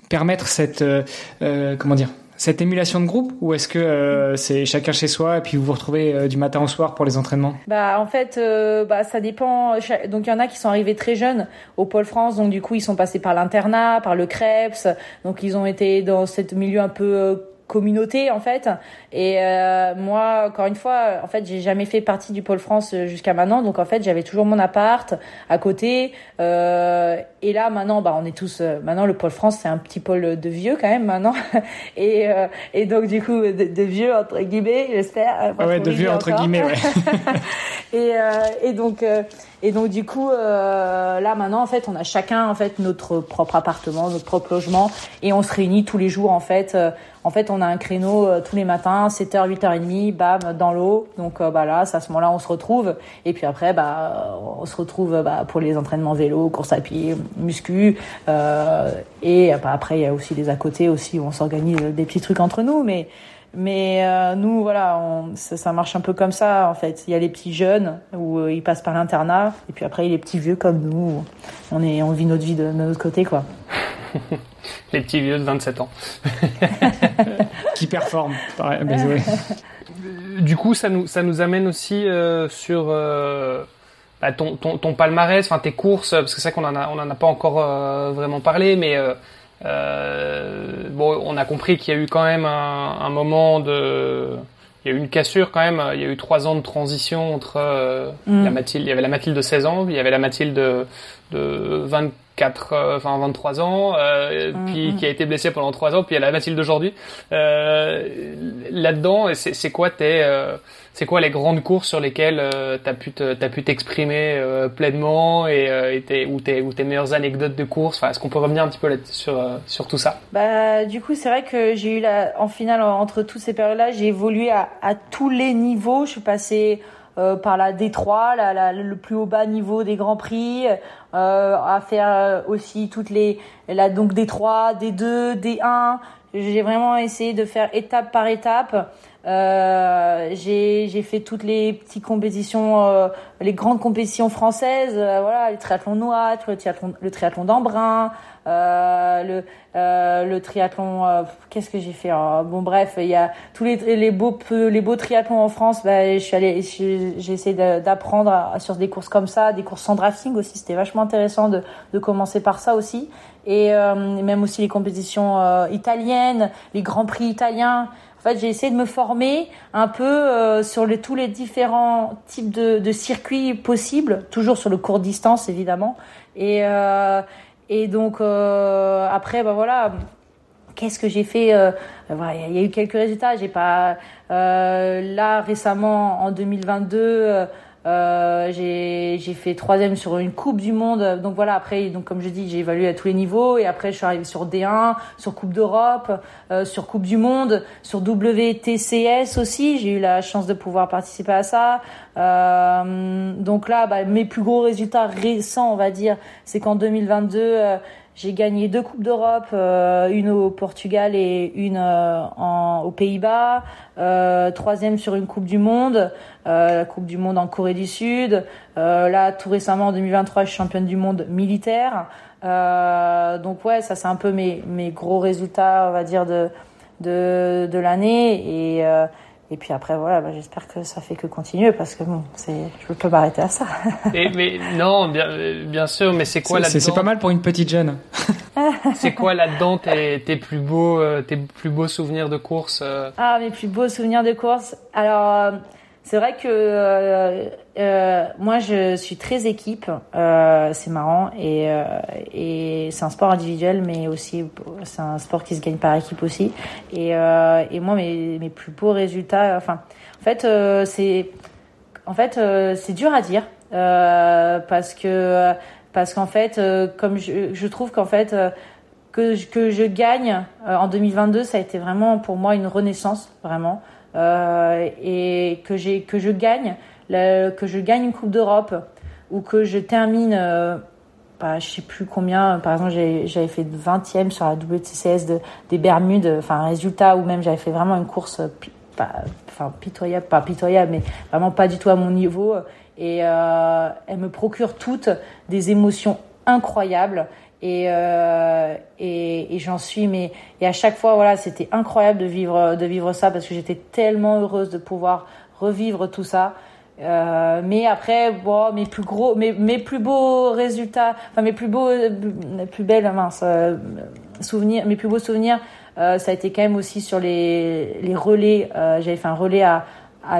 permettre cette euh, euh, comment dire cette émulation de groupe, ou est-ce que euh, c'est chacun chez soi et puis vous vous retrouvez euh, du matin au soir pour les entraînements? Bah en fait, euh, bah ça dépend. Donc il y en a qui sont arrivés très jeunes au Pôle France, donc du coup ils sont passés par l'internat, par le Krebs, donc ils ont été dans ce milieu un peu euh, communauté en fait. Et euh, moi, encore une fois, en fait, j'ai jamais fait partie du Pôle France jusqu'à maintenant, donc en fait, j'avais toujours mon appart à côté. Euh, et là, maintenant, bah, on est tous. Euh, maintenant, le Pôle France, c'est un petit pôle de vieux quand même maintenant. et euh, et donc du coup, de, de vieux entre guillemets, j'espère. Ah ouais, de vieux entre encore. guillemets, ouais. et euh, et donc. Euh, Et donc du coup euh, là maintenant en fait on a chacun en fait notre propre appartement, notre propre logement, et on se réunit tous les jours en fait. Euh, en fait on a un créneau euh, tous les matins, sept heures, huit heures trente, bam, dans l'eau. Donc euh, bah là c'est à ce moment-là on se retrouve, et puis après bah on se retrouve bah, pour les entraînements vélo, course à pied, muscu, euh, et bah, après il y a aussi des à côté aussi où on s'organise des petits trucs entre nous, mais Mais euh, nous, voilà, on, ça, ça marche un peu comme ça, en fait. Il y a les petits jeunes, où euh, ils passent par l'internat, et puis après, il y a les petits vieux comme nous, où on, est, on vit notre vie de, de notre côté, quoi. Les petits vieux de vingt-sept ans. Qui performent, pareil, désolé. Du coup, ça nous, ça nous amène aussi euh, sur euh, bah, ton, ton, ton palmarès, enfin tes courses, parce que c'est vrai qu'on en a, on en a pas encore euh, vraiment parlé, mais... Euh, Euh, bon, on a compris qu'il y a eu quand même un, un moment de, il y a eu une cassure quand même. Il y a eu trois ans de transition entre euh, mm. la Mathilde. Il y avait la Mathilde de seize ans, il y avait la Mathilde de, de vingt-quatre, euh, enfin vingt-trois ans, euh, mm. puis qui a été blessée pendant trois ans. Puis il y a la Mathilde d'aujourd'hui. Euh, là-dedans, c'est, c'est quoi tes, euh, c'est quoi les grandes courses sur lesquelles euh, t'as pu te, t'as pu t'exprimer euh, pleinement, et, euh, et tes, ou tes, ou tes meilleures anecdotes de course. Enfin, est-ce qu'on peut revenir un petit peu là sur euh, sur tout ça? Bah, du coup, c'est vrai que j'ai eu la, en finale entre toutes ces périodes-là, j'ai évolué à, à tous les niveaux. Je suis passée euh, par la D trois, la, la, le plus haut bas niveau des grands prix, euh, à faire aussi toutes les, la donc D trois, D deux, D un. J'ai vraiment essayé de faire étape par étape. Euh, j'ai j'ai fait toutes les petites compétitions, euh, les grandes compétitions françaises, euh, voilà, le triathlon Nouat, le triathlon le triathlon d'Embrun, euh, le euh, le triathlon euh, qu'est-ce que j'ai fait, oh, bon bref, il y a tous les les beaux les beaux triathlons en France. Bah je suis allée j'ai essayé de, d'apprendre à, sur des courses comme ça, des courses sans drafting aussi, c'était vachement intéressant de de commencer par ça aussi. Et euh, même aussi les compétitions euh, italiennes, les grands prix italiens. En fait, j'ai essayé de me former un peu euh, sur les, tous les différents types de, de circuits possibles, toujours sur le court distance évidemment. Et, euh, et donc euh, après, bah voilà, qu'est-ce que j'ai fait, euh, voilà, il y a eu quelques résultats. J'ai pas euh, là récemment en deux mille vingt-deux. Euh, Euh, j'ai j'ai fait troisième sur une coupe du monde, donc voilà. Après, donc comme je dis, j'ai évalué à tous les niveaux, et après je suis arrivée sur D un, sur Coupe d'Europe, euh, sur Coupe du Monde, sur W T C S aussi. J'ai eu la chance de pouvoir participer à ça. Euh, donc là, bah, mes plus gros résultats récents, on va dire, c'est qu'en deux mille vingt-deux, euh, j'ai gagné deux Coupes d'Europe, euh, une au Portugal et une euh, en, aux Pays-Bas. Euh, troisième sur une Coupe du Monde, euh, la Coupe du Monde en Corée du Sud. Euh, là, tout récemment, en deux mille vingt-trois, je suis championne du monde militaire. Euh, donc ouais, ça c'est un peu mes mes gros résultats, on va dire, de de de l'année. Et euh, Et puis après, voilà, bah, j'espère que ça fait que continuer, parce que bon, c'est, je peux pas m'arrêter à ça. Et, mais non, bien, bien sûr, mais c'est quoi c'est, là-dedans? C'est pas mal pour une petite jeune. C'est quoi là-dedans tes, tes plus beaux, euh, tes plus beaux souvenirs de course? euh... Ah, mes plus beaux souvenirs de course. Alors, euh, c'est vrai que euh, euh, moi, je suis très équipe. Euh, c'est marrant, et euh, et c'est un sport individuel, mais aussi c'est un sport qui se gagne par équipe aussi. Et euh, et moi, mes mes plus beaux résultats. Enfin, en fait, euh, c'est en fait euh, c'est dur à dire euh, parce que parce qu'en fait, euh, comme je je trouve qu'en fait euh, que je, que je gagne euh, en deux mille vingt-deux, ça a été vraiment pour moi une renaissance, vraiment. Euh, et que j'ai que je gagne la, que je gagne une Coupe d'Europe, ou que je termine euh, bah, je sais plus combien, par exemple j'ai, j'avais fait vingtième sur la W T C S de, des Bermudes, enfin un résultat, ou même j'avais fait vraiment une course pas, enfin pitoyable, pas pitoyable, mais vraiment pas du tout à mon niveau, et euh, elle me procure toutes des émotions incroyables. Et, euh, et et j'en suis mais et à chaque fois voilà c'était incroyable de vivre de vivre ça parce que j'étais tellement heureuse de pouvoir revivre tout ça. Euh, mais après bon mes plus gros mes mes plus beaux résultats enfin mes plus beaux mes plus belles mince euh, souvenirs mes plus beaux souvenirs euh, ça a été quand même aussi sur les les relais. Euh, j'avais fait un relais à à,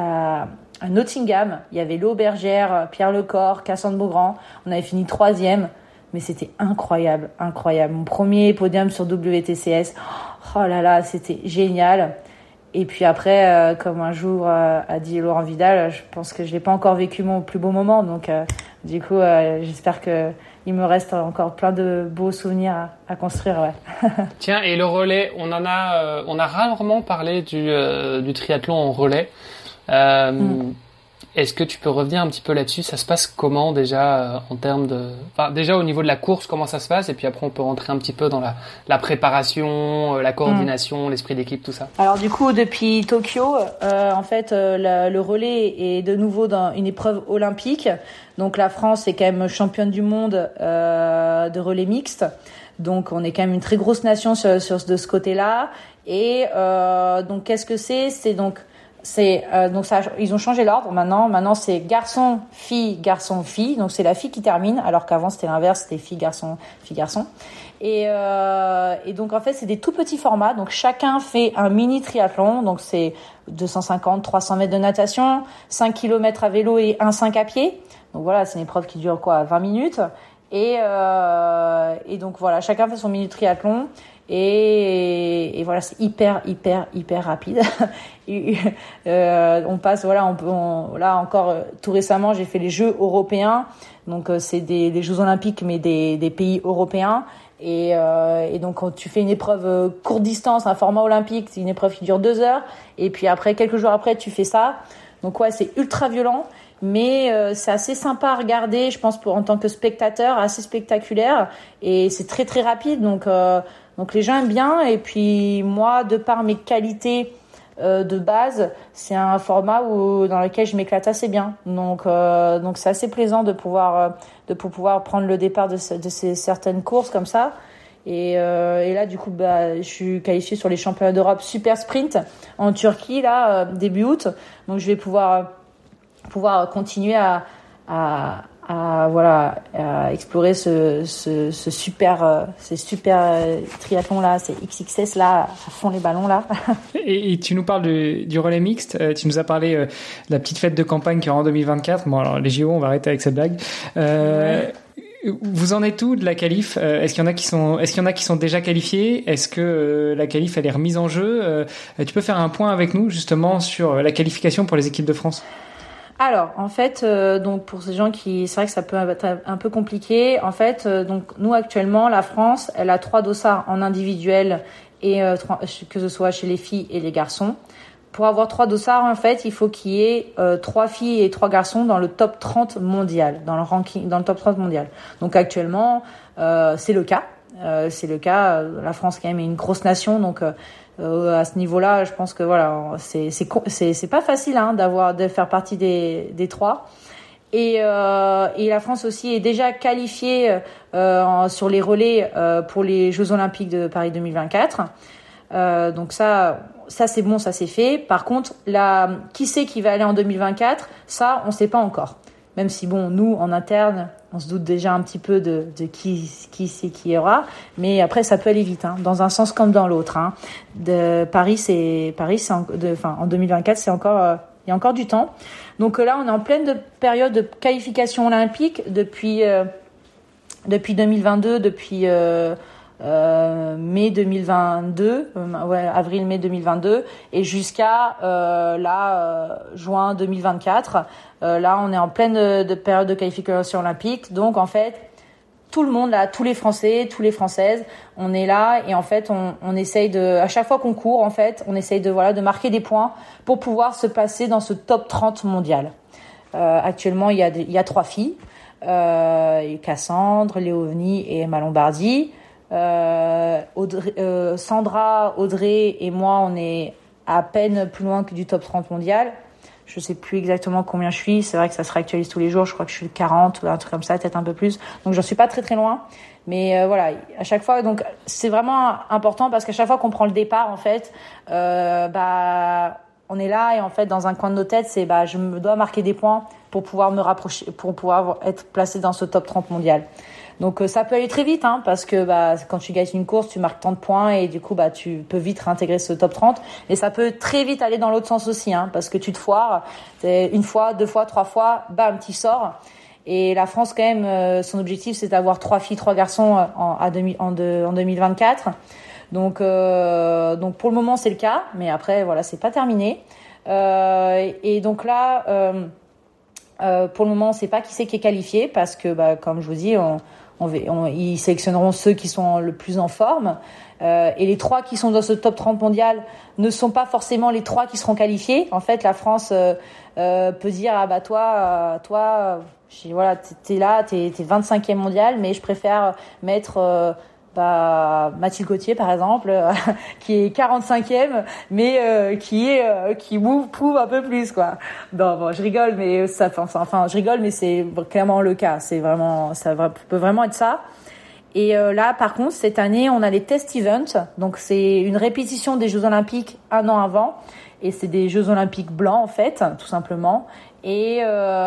à à Nottingham. Il y avait l'Aubergère, Pierre Lecor, Cassandre Beaugrand. On avait fini troisième. Mais c'était incroyable, incroyable. Mon premier podium sur W T C S. Oh là là, c'était génial. Et puis après, euh, comme un jour euh, a dit Laurent Vidal, je pense que je n'ai pas encore vécu mon plus beau moment. Donc, euh, du coup, euh, j'espère qu'il me reste encore plein de beaux souvenirs à, à construire. Ouais. Tiens, et le relais, on en a, euh, on a rarement parlé du, euh, du triathlon en relais. Euh, mm. Est-ce que tu peux revenir un petit peu là-dessus? Ça se passe comment déjà euh, en termes de, enfin déjà au niveau de la course, comment ça se passe? Et puis après on peut rentrer un petit peu dans la, la préparation, euh, la coordination, mmh. l'esprit d'équipe, tout ça. Alors du coup depuis Tokyo, euh, en fait euh, la, le relais est de nouveau dans une épreuve olympique. Donc la France est quand même championne du monde euh, de relais mixte. Donc on est quand même une très grosse nation sur, sur de ce côté-là. Et euh, donc qu'est-ce que c'est? C'est donc C'est euh, donc ça, ils ont changé l'ordre maintenant. Maintenant c'est garçon, fille, garçon, fille. Donc c'est la fille qui termine, alors qu'avant c'était l'inverse, c'était fille, garçon, fille, garçon. Et, euh, et donc en fait c'est des tout petits formats. Donc chacun fait un mini triathlon. Donc c'est deux cent cinquante, trois cents mètres de natation, cinq kilomètres à vélo et un cinq à pied. Donc voilà, c'est une épreuve qui dure quoi, vingt minutes. Et euh, et donc voilà, chacun fait son mini triathlon. Et, et voilà, c'est hyper, hyper, hyper rapide. et, euh, on passe, voilà, on peut, on, là encore, euh, tout récemment, j'ai fait les Jeux européens. Donc, euh, c'est des, des Jeux olympiques, mais des, des pays européens. Et, euh, et donc, quand tu fais une épreuve euh, courte distance, un format olympique, c'est une épreuve qui dure deux heures. Et puis après, quelques jours après, tu fais ça. Donc, ouais, c'est ultra violent. Mais euh, c'est assez sympa à regarder, je pense, pour en tant que spectateur, assez spectaculaire. Et c'est très, très rapide. Donc, euh, Donc les gens aiment bien et puis moi, de par mes qualités euh, de base, c'est un format où dans lequel je m'éclate assez bien. Donc euh, donc c'est assez plaisant de pouvoir euh, de pouvoir prendre le départ de, ce, de ces certaines courses comme ça. Et, euh, et là du coup bah je suis qualifiée sur les championnats d'Europe super sprint en Turquie là euh, début août. Donc je vais pouvoir pouvoir continuer à à à voilà à explorer ce ce, ce super euh, ces super euh, triathlons là, ces X X S là à fond les ballons là. et, et tu nous parles du, du relais mixte, euh, tu nous as parlé euh, de la petite fête de campagne qui aura en deux mille vingt-quatre. Bon alors les J O, on va arrêter avec cette blague. Euh, ouais. Vous en êtes où de la qualif? euh, Est-ce qu'il y en a qui sont est-ce qu'il y en a qui sont déjà qualifiés? Est-ce que euh, la qualif elle est remise en jeu? euh, Tu peux faire un point avec nous justement sur la qualification pour les équipes de France? Alors, en fait, euh, donc pour ces gens qui, c'est vrai que ça peut être un peu compliqué. En fait, euh, donc nous actuellement, la France, elle a trois dossards en individuel et euh, trois, que ce soit chez les filles et les garçons. Pour avoir trois dossards, en fait, il faut qu'il y ait euh, trois filles et trois garçons dans le top trente mondial, dans le ranking, dans le top trente mondial. Donc actuellement, euh, c'est le cas. Euh, c'est le cas. La France quand même est une grosse nation, donc. Euh, Euh, à ce niveau-là, je pense que voilà, c'est c'est c'est c'est pas facile hein, d'avoir de faire partie des des trois. Et euh, et la France aussi est déjà qualifiée euh, sur les relais euh, pour les Jeux Olympiques de Paris deux mille vingt-quatre. Euh, donc ça ça c'est bon, ça c'est fait. Par contre, la qui c'est qui va aller en deux mille vingt-quatre, ça on sait pas encore. Même si bon, nous en interne, on se doute déjà un petit peu de, de qui qui c'est qui y aura, mais après ça peut aller vite, hein, dans un sens comme dans l'autre. Hein. De Paris, c'est Paris, c'est en, de, enfin en deux mille vingt-quatre, c'est encore euh, il y a encore du temps. Donc là, on est en pleine de période de qualification olympique depuis euh, depuis deux mille vingt-deux, depuis euh, euh, mai deux mille vingt-deux, euh, ouais, avril-mai deux mille vingt-deux, et jusqu'à euh, là euh, juin deux mille vingt-quatre. Euh, là, on est en pleine de, de période de qualification olympique, donc en fait, tout le monde là, tous les Français, tous les Françaises, on est là et en fait, on, on essaye de, à chaque fois qu'on court, en fait, on essaye de voilà de marquer des points pour pouvoir se passer dans ce top trente mondial. Euh, actuellement, il y a des, il y a trois filles, euh, Cassandre, Léonie et Emma Lombardi. Euh, Audrey, euh, Sandra, Audrey et moi, on est à peine plus loin que du top trente mondial. je sais plus exactement combien je suis. C'est vrai que ça se réactualise tous les jours. Je crois que je suis quarante ou un truc comme ça, peut-être un peu plus. Donc j'en suis pas très très loin. Mais euh, voilà, à chaque fois, donc c'est vraiment important parce qu'à chaque fois qu'on prend le départ, en fait, euh, bah on est là et en fait dans un coin de nos têtes, c'est bah je me dois marquer des points pour pouvoir me rapprocher, pour pouvoir être placé dans ce top trente mondial. Donc euh, ça peut aller très vite, hein, parce que bah quand tu gagnes une course, tu marques tant de points et du coup bah tu peux vite réintégrer ce top trente. Et ça peut très vite aller dans l'autre sens aussi, hein, parce que tu te foires, une fois, deux fois, trois fois, bam, tu sors. Et la France quand même, euh, son objectif c'est d'avoir trois filles, trois garçons en, à demi, en, de, en deux mille vingt-quatre. Donc euh, donc pour le moment c'est le cas, mais après voilà c'est pas terminé. Euh, et donc là. Euh, Euh, pour le moment, on ne sait pas qui c'est qui est qualifié parce que, bah, comme je vous dis, on, on, on, ils sélectionneront ceux qui sont le plus en forme. Euh, et les trois qui sont dans ce top trente mondial ne sont pas forcément les trois qui seront qualifiés. En fait, la France euh, euh, peut dire ah bah toi, euh, toi, je, voilà, t'es là, t'es, t'es vingt-cinquième mondial, mais je préfère mettre euh, bah, Mathilde Gauthier par exemple, euh, qui est quarante-cinquième, mais euh, qui est euh, qui move, prouve un peu plus quoi. Non, bon, je rigole, mais ça, enfin, enfin, je rigole, mais c'est clairement le cas. C'est vraiment, ça peut vraiment être ça. Et euh, là, par contre, cette année, on a les test events. Donc, c'est une répétition des Jeux Olympiques un an avant, et c'est des Jeux Olympiques blancs en fait, tout simplement. Et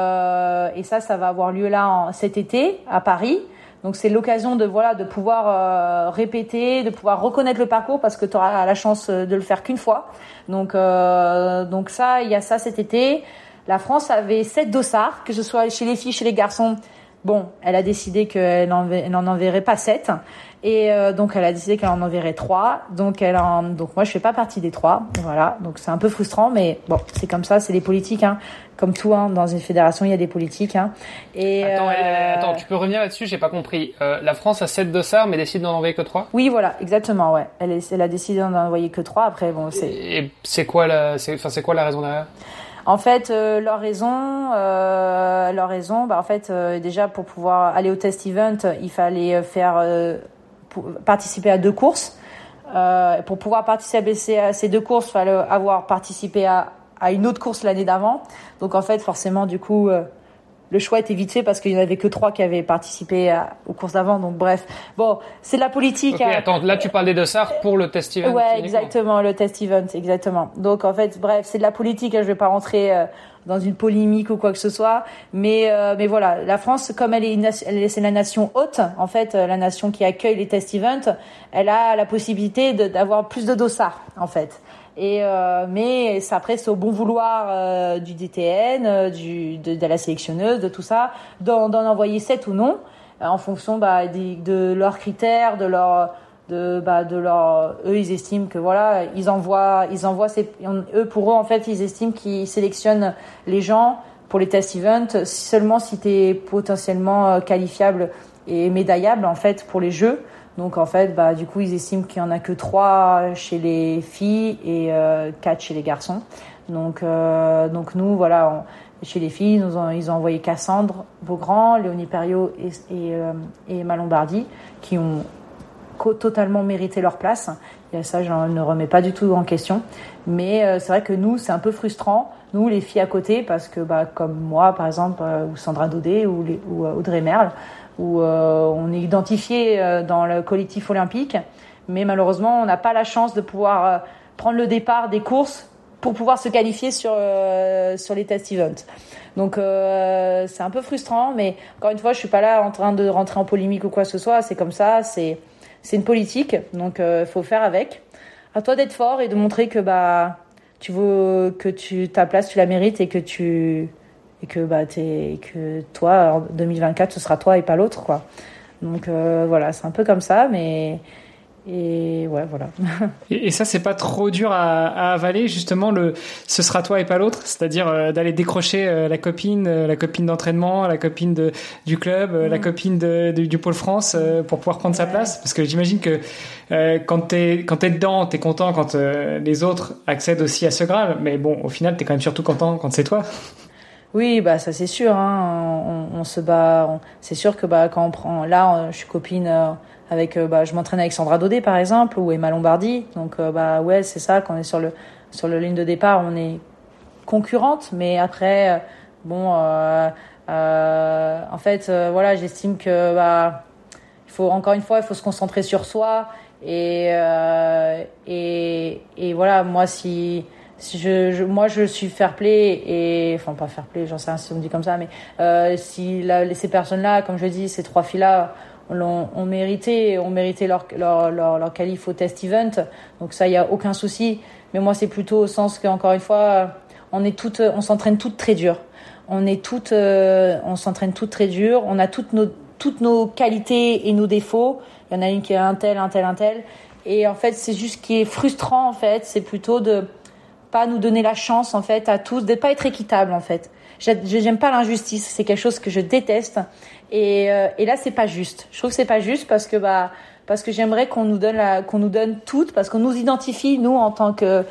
euh, et ça, ça va avoir lieu là en, cet été à Paris. Donc c'est l'occasion de voilà de pouvoir euh, répéter, de pouvoir reconnaître le parcours parce que tu auras la chance de le faire qu'une fois. Donc euh, donc ça, il y a ça cet été. La France avait sept dossards, que ce soit chez les filles, chez les garçons. Bon, elle a décidé qu'elle n'en enverrait pas sept. Et euh, donc elle a décidé qu'elle en enverrait trois. Donc elle en, donc moi je fais pas partie des trois. Voilà, donc c'est un peu frustrant, mais bon, c'est comme ça, c'est les politiques, hein. Comme tout, hein, dans une fédération, il y a des politiques, hein. Et attends, euh... attends, tu peux revenir là-dessus, j'ai pas compris. Euh, la France a sept dossards, mais décide d'en envoyer que trois. Oui, voilà, exactement, ouais. Elle, est, elle a décidé d'en envoyer que trois. Après, bon, c'est. Et c'est quoi la, c'est, enfin, c'est quoi la raison derrière? En fait, euh, leur raison, euh, leur raison, bah en fait, euh, déjà pour pouvoir aller au test event, il fallait faire euh, pour, participer à deux courses. Euh, pour pouvoir participer à ces deux courses, il fallait avoir participé à, à une autre course l'année d'avant. Donc en fait, forcément, du coup, euh, le choix était vite fait parce qu'il n'y en avait que trois qui avaient participé à, aux courses d'avant. Donc bref, bon, c'est de la politique. Ok, hein. Attends, là tu parles des dossards pour le test event. Ouais, exactement, le test event, exactement. Donc en fait, bref, c'est de la politique. Hein, je vais pas rentrer euh, dans une polémique ou quoi que ce soit, mais euh, mais voilà, la France, comme elle est, une, elle est c'est la nation hôte, en fait, euh, la nation qui accueille les test events, elle a la possibilité de, d'avoir plus de dossards, en fait. Et euh, mais c'est après c'est au bon vouloir euh, du D T N, euh, du de, de la sélectionneuse, de tout ça, d'en, d'en envoyer sept ou non, euh, en fonction bah des, de leurs critères, de leur de bah de leur eux ils estiment que voilà ils envoient ils envoient ces, eux pour eux en fait ils estiment qu'ils sélectionnent les gens pour les test events seulement si t'es potentiellement qualifiable et médaillable en fait pour les jeux. Donc en fait, bah du coup, ils estiment qu'il y en a que trois chez les filles et euh, quatre chez les garçons. Donc euh, donc nous, voilà, on, chez les filles, nous ont, ils ont envoyé Cassandre Beaugrand, Léonie Perriot et et, euh, et Emma Lombardi, qui ont co- totalement mérité leur place. Et ça, je ne remets pas du tout en question. Mais euh, c'est vrai que nous, c'est un peu frustrant, nous les filles à côté, parce que bah comme moi, par exemple, euh, ou Sandra Daudet ou, les, ou euh, Audrey Merle, où euh, on est identifié euh, dans le collectif olympique, mais malheureusement, on n'a pas la chance de pouvoir euh, prendre le départ des courses pour pouvoir se qualifier sur euh, sur les test events. Donc euh, c'est un peu frustrant, mais encore une fois, je suis pas là en train de rentrer en polémique ou quoi que ce soit. C'est comme ça, c'est c'est une politique, donc euh, faut faire avec. À toi d'être fort et de montrer que bah tu veux que tu ta place tu la mérites et que tu et que bah t'es que toi en deux mille vingt-quatre ce sera toi et pas l'autre quoi. Donc euh, voilà, c'est un peu comme ça, mais et ouais voilà. et, et ça c'est pas trop dur à, à avaler justement le ce sera toi et pas l'autre, c'est-à-dire euh, d'aller décrocher euh, la copine euh, la copine d'entraînement, la copine de du club, euh, mmh. la copine de, de, du pôle France euh, pour pouvoir prendre ouais. sa place, parce que j'imagine que euh, quand t'es quand t'es dedans t'es content quand euh, les autres accèdent aussi à ce Graal, mais bon au final t'es quand même surtout content quand c'est toi. Oui, bah ça c'est sûr. Hein. On, on se bat. On, c'est sûr que bah quand on prend, là, je suis copine euh, avec, euh, bah je m'entraîne avec Sandra Daudet par exemple ou Emma Lombardi. Donc euh, bah ouais, c'est ça. Quand on est sur le sur le ligne de départ, on est concurrente, mais après, euh, bon, euh, euh, en fait, euh, voilà, j'estime que bah, il faut encore une fois, il faut se concentrer sur soi et euh, et et voilà, moi si Si je, je, moi, je suis fair play et, enfin, pas fair play, j'en sais rien si on me dit comme ça, mais euh, si la, ces personnes-là, comme je dis, ces trois filles-là, ont, ont mérité, ont mérité leur, leur, leur, leur qualif au test event, donc ça, il y a aucun souci. Mais moi, c'est plutôt au sens qu'encore une fois, on est toutes, on s'entraîne toutes très dur. On est toutes, euh, on s'entraîne toutes très dur. On a toutes nos, toutes nos qualités et nos défauts. Il y en a une qui est un tel, un tel, un tel. Et en fait, c'est juste ce qui est frustrant, en fait, c'est plutôt de pas nous donner la chance en fait à tous, de pas être équitable en fait. J'aime pas l'injustice, c'est quelque chose que je déteste et euh, et là c'est pas juste. Je trouve que c'est pas juste parce que bah parce que j'aimerais qu'on nous donne la qu'on nous donne toutes, parce qu'on nous identifie nous en tant que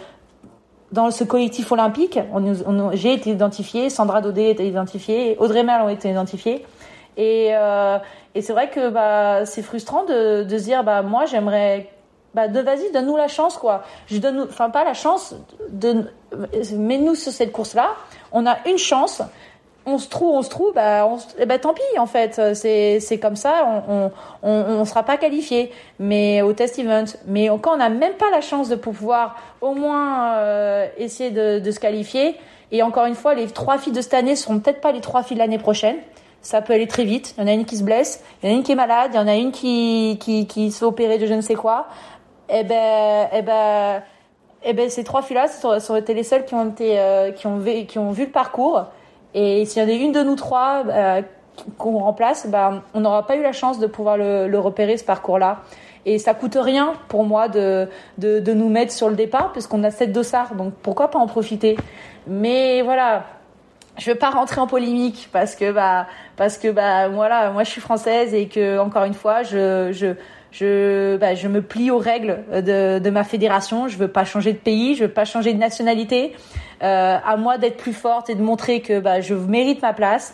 dans ce collectif olympique, on, nous, on j'ai été identifiée, Sandra Daudet a été identifiée, Audrey Merle ont été identifiées et euh, et c'est vrai que bah c'est frustrant de de se dire bah moi j'aimerais bah de vas-y donne-nous la chance quoi. Je donne enfin pas la chance de mets-nous sur cette course là, on a une chance, on se trouve on se trouve bah on eh bah tant pis en fait, c'est c'est comme ça, on on on sera pas qualifié mais au test event, mais quand on n'a même pas la chance de pouvoir au moins euh, essayer de de se qualifier, et encore une fois les trois filles de cette année seront peut-être pas les trois filles de l'année prochaine. Ça peut aller très vite. Il y en a une qui se blesse, il y en a une qui est malade, il y en a une qui qui qui se fait opérer de je ne sais quoi. Eh ben, eh ben, eh ben, ces trois filles-là, ça aurait été les seules qui ont été, euh, qui ont vu, qui ont vu le parcours. Et s'il y en a une de nous trois euh, qu'on remplace, ben, on n'aura pas eu la chance de pouvoir le, le repérer ce parcours-là. Et ça coûte rien pour moi de de, de nous mettre sur le départ, puisqu'on a sept dossards. Donc pourquoi pas en profiter? Mais voilà. Je veux pas rentrer en polémique parce que bah parce que bah voilà, moi je suis française et que encore une fois, je je je bah je me plie aux règles de de ma fédération, je veux pas changer de pays, je veux pas changer de nationalité. Euh à moi d'être plus forte et de montrer que bah je mérite ma place.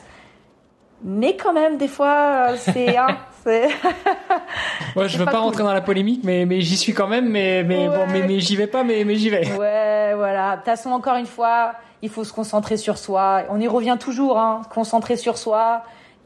Mais quand même des fois c'est hein, c'est ouais, je veux pas, pas cool. rentrer dans la polémique mais mais j'y suis quand même mais mais ouais. bon mais mais j'y vais pas mais mais j'y vais. Ouais, voilà. De toute façon encore une fois, il faut se concentrer sur soi. On y revient toujours, hein. Concentrer sur soi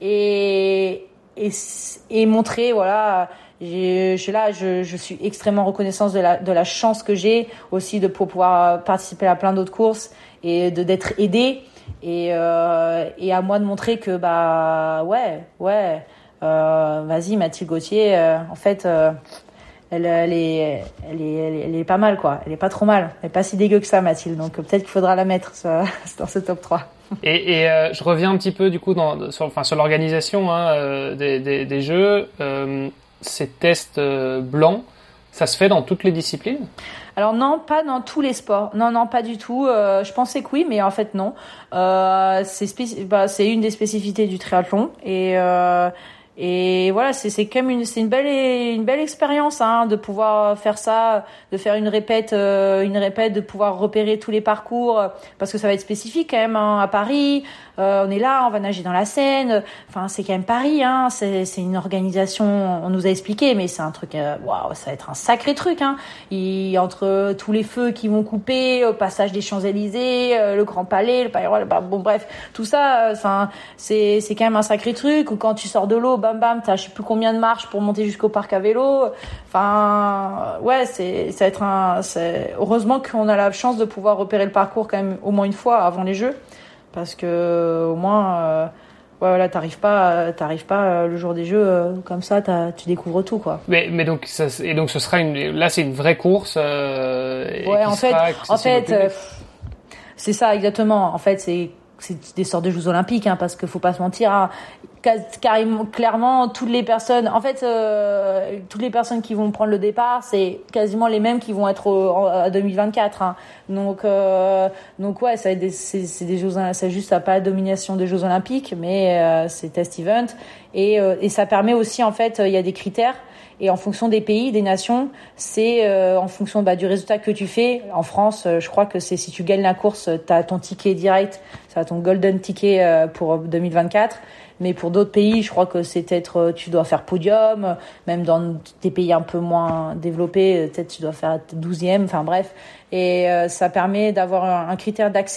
et et et montrer, voilà. J'ai, je suis là, je, je suis extrêmement reconnaissante de la de la chance que j'ai aussi de pouvoir participer à plein d'autres courses et de d'être aidée et euh, et à moi de montrer que bah ouais ouais euh, vas-y Mathilde Gauthier, euh, en fait. Euh, Elle, elle, est, elle, est, elle, est, elle est pas mal, quoi. Elle est pas trop mal. Elle est pas si dégueu que ça, Mathilde. Donc, peut-être qu'il faudra la mettre sur, dans ce top trois. Et, et euh, je reviens un petit peu, du coup, dans, sur, enfin, sur l'organisation hein, euh, des, des, des Jeux. Euh, ces tests euh, blancs, ça se fait dans toutes les disciplines ? Alors non, pas dans tous les sports. Non, non, pas du tout. Euh, je pensais que oui, mais en fait, non. Euh, c'est, spéc- bah, c'est une des spécificités du triathlon. Et... Euh, Et voilà, c'est c'est quand même une c'est une belle une belle expérience hein de pouvoir faire ça, de faire une répète euh, une répète, de pouvoir repérer tous les parcours parce que ça va être spécifique quand même hein, à Paris. Euh, on est là, on va nager dans la Seine. Enfin, c'est quand même Paris hein, c'est c'est une organisation, on nous a expliqué mais c'est un truc waouh, wow, ça va être un sacré truc hein. Il, entre tous les feux qui vont couper, au passage des Champs-Élysées, euh, le Grand Palais, le Palais Royal, bah, bon bref, tout ça enfin euh, c'est c'est quand même un sacré truc. Ou quand tu sors de l'eau, bah, bam bam, t'as je sais plus combien de marches pour monter jusqu'au parc à vélo. Enfin, ouais, c'est ça va être un. C'est... Heureusement qu'on a la chance de pouvoir repérer le parcours quand même au moins une fois avant les Jeux, parce que au moins, euh, ouais, voilà, t'arrives pas, t'arrives pas le jour des Jeux euh, comme ça, t'as, tu découvres tout quoi. Mais mais donc ça, et donc ce sera une. Là, c'est une vraie course. Euh, ouais, en fait, en fait, euh, c'est ça exactement. En fait, c'est c'est des sortes de Jeux Olympiques, hein, parce que faut pas se mentir. Hein, carrément, clairement, toutes les personnes, en fait, euh, toutes les personnes qui vont prendre le départ, c'est quasiment les mêmes qui vont être au, en, à deux mille vingt-quatre. Hein. Donc, euh, donc ouais, ça des, c'est, c'est des Jeux, c'est juste à pas la domination des Jeux Olympiques, mais euh, c'est test event et euh, et ça permet aussi, en fait, il y a des critères. Et en fonction des pays, des nations, c'est euh, en fonction bah, du résultat que tu fais. En France, euh, je crois que c'est si tu gagnes la course, t'as ton ticket direct, ça ton golden ticket euh, pour deux mille vingt-quatre. Mais pour d'autres pays, je crois que c'est peut-être tu dois faire podium. Même dans des pays un peu moins développés, peut-être tu dois faire douzième. Enfin bref, et euh, ça permet d'avoir un, un critère d'accès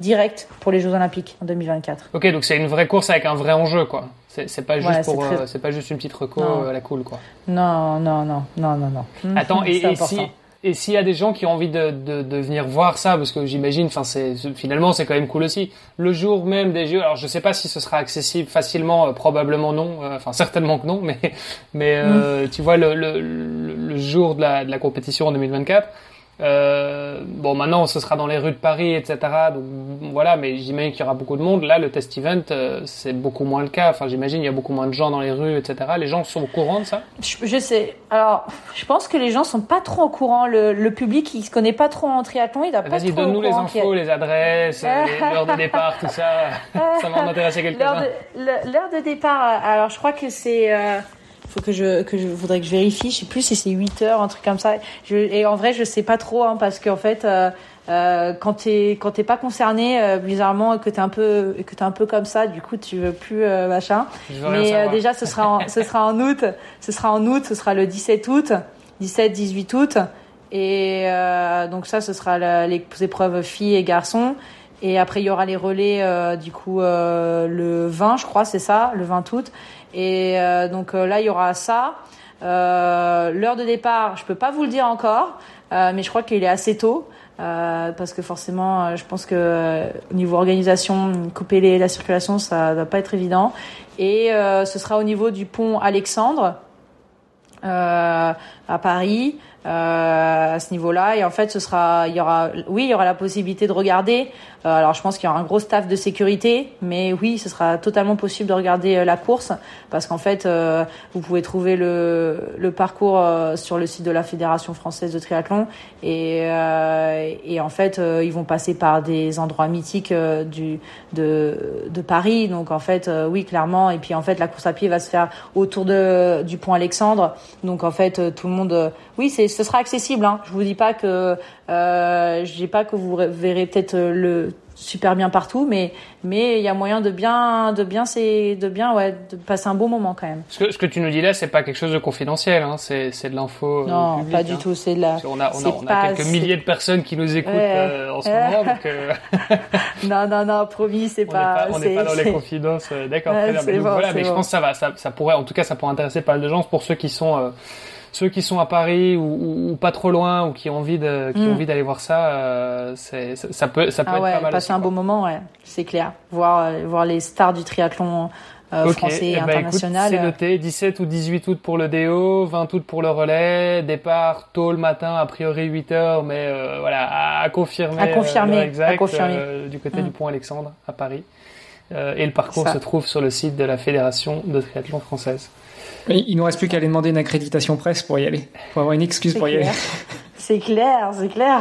direct pour les Jeux Olympiques en deux mille vingt-quatre. Ok, donc c'est une vraie course avec un vrai enjeu, quoi. C'est, c'est pas juste ouais, pour, c'est, très... euh, c'est pas juste une petite reco euh, à la cool, quoi. Non, non, non, non, non, non. Attends, et, et si, et s'il y a des gens qui ont envie de, de, de venir voir ça, parce que j'imagine, enfin, c'est, finalement, c'est quand même cool aussi. Le jour même des Jeux, alors je sais pas si ce sera accessible facilement, euh, probablement non, euh, enfin, certainement que non, mais, mais, euh, mm. tu vois, le, le, le, le jour de la, de la compétition en deux mille vingt-quatre, Euh, bon, maintenant, ce sera dans les rues de Paris, et cetera. Donc voilà, mais j'imagine qu'il y aura beaucoup de monde. Là, le test event, euh, c'est beaucoup moins le cas. Enfin, j'imagine il y a beaucoup moins de gens dans les rues, et cetera. Les gens sont au courant de ça ? Je, je sais. Alors, je pense que les gens sont pas trop au courant. Le, le public, il se connaît pas trop en triathlon. Il a pas Vas-y, trop donne-nous au les courant infos, a... les adresses, les, l'heure de départ, tout ça. Ça va m'intéresser quelques-uns. L'heure de, l'heure de départ. Alors, je crois que c'est. Euh... faut que je que je voudrais que je vérifie, je sais plus si c'est huit heures, un truc comme ça. Je, et en vrai, je sais pas trop hein, parce qu'en fait euh, euh, quand t'es quand t'es pas concerné euh, bizarrement et que t'es un peu que t'es un peu comme ça, du coup tu veux plus euh, machin. Mais euh, déjà ce sera en, ce sera en août, ce sera en août, ce sera le dix-sept août, dix-sept dix-huit août et euh, donc ça ce sera la, les épreuves filles et garçons. Et après il y aura les relais euh, du coup euh, le vingt, je crois, c'est ça, le vingt août. Et euh, donc euh, là il y aura ça. Euh, l'heure de départ, je peux pas vous le dire encore, euh, mais je crois qu'il est assez tôt euh, parce que forcément, euh, je pense que euh, au niveau organisation, couper les, la circulation, ça va pas être évident. Et euh, ce sera au niveau du pont Alexandre euh, à Paris. Euh, à ce niveau-là, et en fait ce sera il y aura oui il y aura la possibilité de regarder euh, alors je pense qu'il y aura un gros staff de sécurité, mais oui ce sera totalement possible de regarder euh, la course parce qu'en fait euh, vous pouvez trouver le le parcours euh, sur le site de la Fédération française de triathlon et euh, et en fait euh, ils vont passer par des endroits mythiques euh, du de de Paris, donc en fait euh, oui clairement, et puis en fait la course à pied va se faire autour de du pont Alexandre, donc en fait euh, tout le monde euh, oui c'est ce sera accessible, hein. Je vous dis pas que euh, je dis pas que vous verrez peut-être le super bien partout, mais mais il y a moyen de bien de bien c'est de bien ouais de passer un bon moment quand même. Ce que ce que tu nous dis là, c'est pas quelque chose de confidentiel, hein. C'est c'est de l'info. Non, euh, publique, pas du hein. tout. C'est de la. On a on a, on a pas, quelques milliers de personnes qui nous écoutent ouais. euh, en ce moment, donc. Euh... non non non, promis, c'est on pas. Est pas on c'est, n'est pas dans c'est... les confidences, euh, d'accord. Ouais, très bien. Mais donc, bon, voilà, mais bon. je pense que ça va, ça ça pourrait, en tout cas, ça pourrait intéresser pas mal de gens pour ceux qui sont. Euh, Ceux qui sont à Paris ou, ou, ou pas trop loin ou qui ont envie de, qui mm. ont envie d'aller voir ça, euh, c'est, ça, ça peut, ça peut ah être ouais, pas mal. Passer aussi, un quoi. beau moment, ouais, c'est clair. Voir, euh, voir les stars du triathlon euh, okay. français et eh ben, international. Écoute, c'est noté. dix-sept ou dix-huit août pour le D O, vingt août pour le relais, départ tôt le matin, a priori huit heures, mais euh, voilà, à, à confirmer. À confirmer. Euh, exact, à confirmer. Euh, du côté mm. du pont Alexandre à Paris. Euh, et le parcours ça. se trouve sur le site de la Fédération de triathlon française. Mais il nous reste plus qu'à aller demander une accréditation presse pour y aller, pour avoir une excuse c'est pour clair. y aller. C'est clair, c'est clair.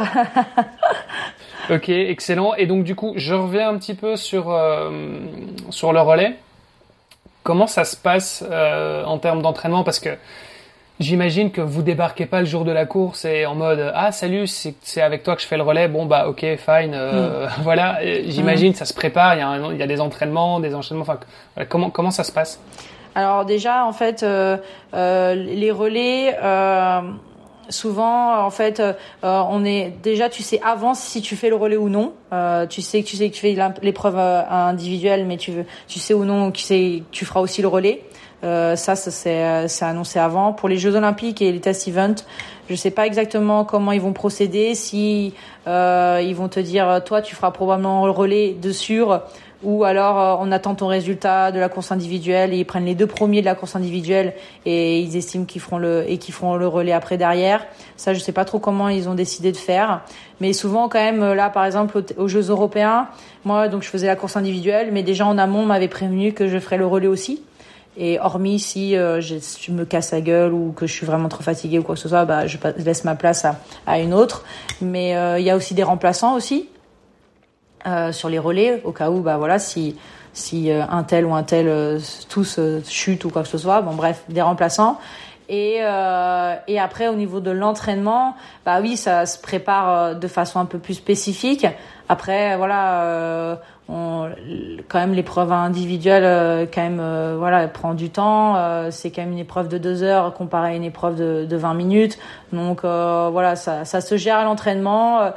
Ok, excellent. Et donc du coup, je reviens un petit peu sur euh, sur le relais. Comment ça se passe euh, en termes d'entraînement ? Parce que j'imagine que vous débarquez pas le jour de la course et en mode ah salut, c'est, c'est avec toi que je fais le relais. Bon bah ok, fine. Euh, mm. Voilà. Et j'imagine mm. ça se prépare. Il y a un, il y a des entraînements, des enchaînements. Enfin, comment comment ça se passe ? Alors déjà, en fait, euh, euh, les relais, euh, souvent, en fait, euh, on est déjà, tu sais avant si tu fais le relais ou non. Euh, tu sais que tu sais que tu fais l'épreuve individuelle, mais tu veux, tu sais ou non, tu sais, tu feras aussi le relais. Euh, ça, ça c'est, c'est annoncé avant. Pour les Jeux Olympiques et les test events, je sais pas exactement comment ils vont procéder. Si euh, ils vont te dire, toi, tu feras probablement le relais de sûr. Ou alors euh, on attend ton résultat de la course individuelle et ils prennent les deux premiers de la course individuelle et ils estiment qu'ils feront le et qu'ils feront le relais après derrière. Ça je sais pas trop comment ils ont décidé de faire, mais souvent quand même là par exemple aux, aux Jeux européens, moi donc je faisais la course individuelle, mais déjà en amont on m'avait prévenu que je ferais le relais aussi. Et hormis si euh, je, je me casse la gueule ou que je suis vraiment trop fatiguée ou quoi que ce soit, bah je laisse ma place à, à une autre. Mais euh, il y a aussi des remplaçants aussi. Euh, sur les relais, au cas où, bah voilà, si si euh, un tel ou un tel euh, tous euh, chutent ou quoi que ce soit, bon bref, des remplaçants. Et euh, et après au niveau de l'entraînement, bah oui, ça se prépare euh, de façon un peu plus spécifique. Après, voilà, euh, on, quand même l'épreuve individuelle, euh, quand même, euh, voilà, elle prend du temps. Euh, c'est quand même une épreuve de deux heures comparée à une épreuve de, de vingt minutes. Donc euh, voilà, ça ça se gère à l'entraînement. Euh,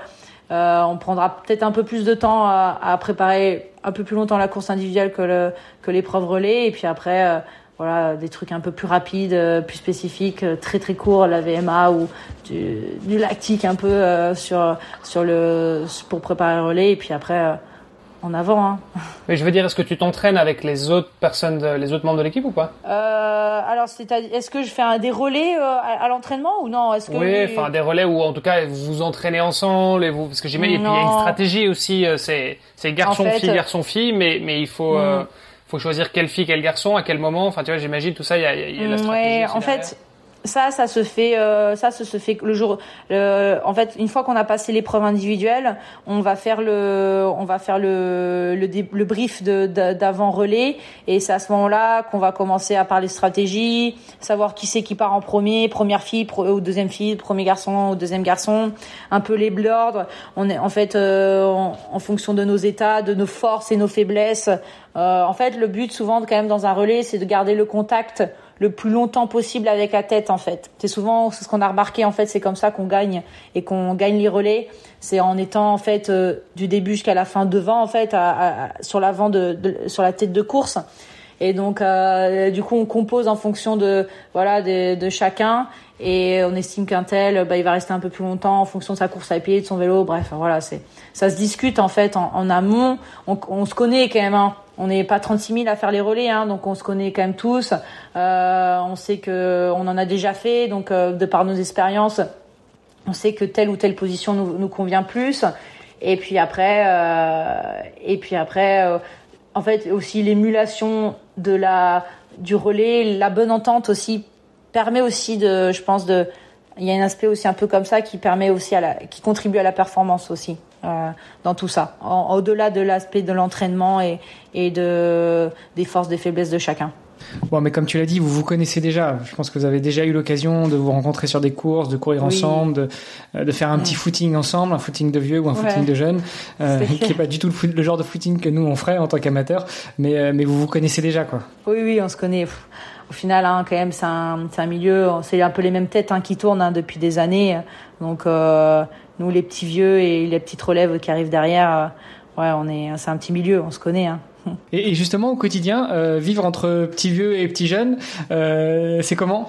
Euh, on prendra peut-être un peu plus de temps à, à préparer un peu plus longtemps la course individuelle que le que l'épreuve relais. Et puis après, euh, voilà, des trucs un peu plus rapides, euh, plus spécifiques, euh, très très courts, la V M A ou du, du lactique un peu euh, sur sur le pour préparer le relais. Et puis après, euh, en avant. Hein. Mais je veux dire, est-ce que tu t'entraînes avec les autres personnes, de, les autres membres de l'équipe ou pas? euh, Alors, c'est est-ce que je fais un, des relais euh, à, à l'entraînement ou non? Est-ce que oui, enfin des relais ou en tout cas vous vous entraînez ensemble et vous parce que j'imagine. Et puis il y a une stratégie aussi. Euh, c'est c'est garçon fille garçon fille, mais mais il faut mm. euh, faut choisir quelle fille quel garçon à quel moment. Enfin tu vois, j'imagine tout ça. Il y a, il y a la stratégie. Ouais, en derrière. fait. Ça, ça se fait, euh, ça, ça se fait le jour. Le, en fait, une fois qu'on a passé l'épreuve individuelle, on va faire le, on va faire le, le, le brief de, de d'avant relais, et c'est à ce moment-là qu'on va commencer à parler stratégie, savoir qui c'est qui part en premier, première fille pro, ou deuxième fille, premier garçon ou deuxième garçon, un peu les l'ordre. On est, en fait, euh, en, en fonction de nos états, de nos forces et nos faiblesses. Euh, en fait, le but souvent, quand même, dans un relais, c'est de garder le contact le plus longtemps possible avec la tête, en fait. C'est souvent c'est ce qu'on a remarqué, en fait, c'est comme ça qu'on gagne et qu'on gagne les relais. C'est en étant, en fait, euh, du début jusqu'à la fin devant, en fait, à, à, sur l'avant de, de, sur la tête de course. Et donc, euh, du coup, on compose en fonction de, voilà, de, de chacun. Et on estime qu'un tel, bah, il va rester un peu plus longtemps en fonction de sa course à pied, de son vélo. Bref, voilà, c'est, ça se discute, en fait, en, en amont. On, on se connaît quand même, hein. On n'est pas trente-six mille à faire les relais, hein, donc on se connaît quand même tous. Euh, on sait que on en a déjà fait, donc euh, de par nos expériences, on sait que telle ou telle position nous, nous convient plus. Et puis après, euh, et puis après, euh, en fait aussi l'émulation de la du relais, la bonne entente aussi permet aussi de, je pense de, il y a un aspect aussi un peu comme ça qui permet aussi à la, qui contribue à la performance aussi. Euh, dans tout ça, en, au-delà de l'aspect de l'entraînement et, et de, des forces, des faiblesses de chacun. Bon, mais comme tu l'as dit, vous vous connaissez déjà. Je pense que vous avez déjà eu l'occasion de vous rencontrer sur des courses, de courir oui. ensemble, de, de faire un petit mmh. footing ensemble, un footing de vieux ou un ouais. footing de jeunes, euh, qui n'est pas du tout le, foot, le genre de footing que nous on ferait en tant qu'amateurs, mais, euh, mais vous vous connaissez déjà, quoi. Oui, oui, on se connaît. Au final, hein, quand même, c'est un, c'est un milieu, c'est un peu les mêmes têtes hein, qui tournent hein, depuis des années. Donc, euh, nous, les petits vieux et les petites relèves qui arrivent derrière, euh, ouais, on est, c'est un petit milieu, on se connaît. Hein. Et, et justement, au quotidien, euh, vivre entre petits vieux et petits jeunes, euh, c'est comment?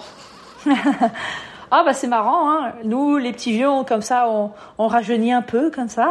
Ah bah c'est marrant, hein. Nous, les petits vieux, on, comme ça, on, on rajeunit un peu, comme ça.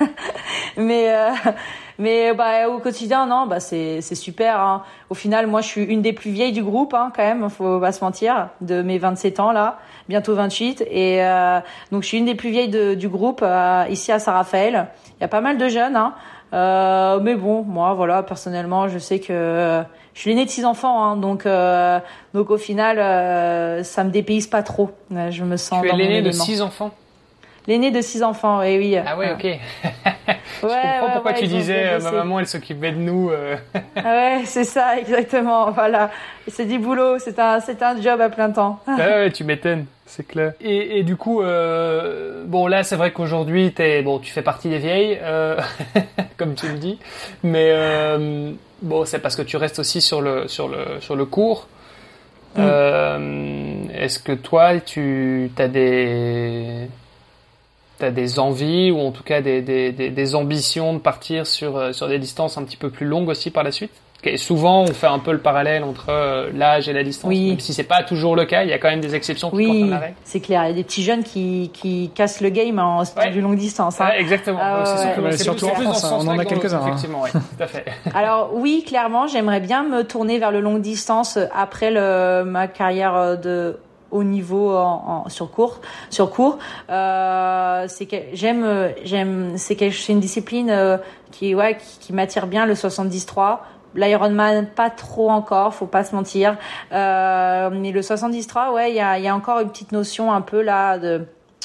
mais euh, mais bah au quotidien, non, bah c'est c'est super. Hein. Au final, moi, je suis une des plus vieilles du groupe, hein, quand même. Faut pas se mentir, de mes vingt-sept ans là, bientôt vingt-huit. Et euh, donc, je suis une des plus vieilles de, du groupe euh, ici à Saint-Raphaël. Il y a pas mal de jeunes, hein. Euh, mais bon, moi, voilà, personnellement, je sais que euh, je suis l'aînée de six enfants, hein, donc euh, donc au final, euh, ça me dépayse pas trop. Je me sens. Tu es l'aînée de six enfants. L'aînée de six enfants, oui, oui. Ah ouais, ok. ouais, je comprends ouais, pourquoi ouais, tu disais, euh, ma maman, elle s'occupait de nous. Euh. ah ouais, c'est ça, exactement. Voilà, c'est du boulot, c'est un, c'est un job à plein temps. Ah ouais, tu m'étonnes, c'est clair. Et, et du coup, euh, bon là, c'est vrai qu'aujourd'hui, t'es, bon, tu fais partie des vieilles, euh, comme tu le dis, mais euh, bon, c'est parce que tu restes aussi sur le, sur le, sur le cours. Mm. Euh, est-ce que toi, tu as des T'as des envies ou en tout cas des, des, des, des ambitions de partir sur, sur des distances un petit peu plus longues aussi par la suite? Et souvent, on fait un peu le parallèle entre l'âge et la distance, oui. même si c'est pas toujours le cas. Il y a quand même des exceptions qui oui, confirment la règle. C'est clair. Il y a des petits jeunes qui, qui cassent le game en ouais. du longue distance. Hein. Ouais, exactement. Euh, c'est surtout, ouais, c'est surtout en France, hein, on en a quelques-uns. Effectivement, hein. oui, tout à fait. Alors oui, clairement, j'aimerais bien me tourner vers le longue distance après le, ma carrière de haut niveau en, en sur cours sur cours euh, c'est que j'aime j'aime c'est que c'est une discipline euh, qui ouais qui, qui m'attire bien, le soixante-dix trois. L'Ironman pas trop encore, faut pas se mentir, euh, mais le soixante-dix trois, ouais, il y a il y a encore une petite notion un peu là de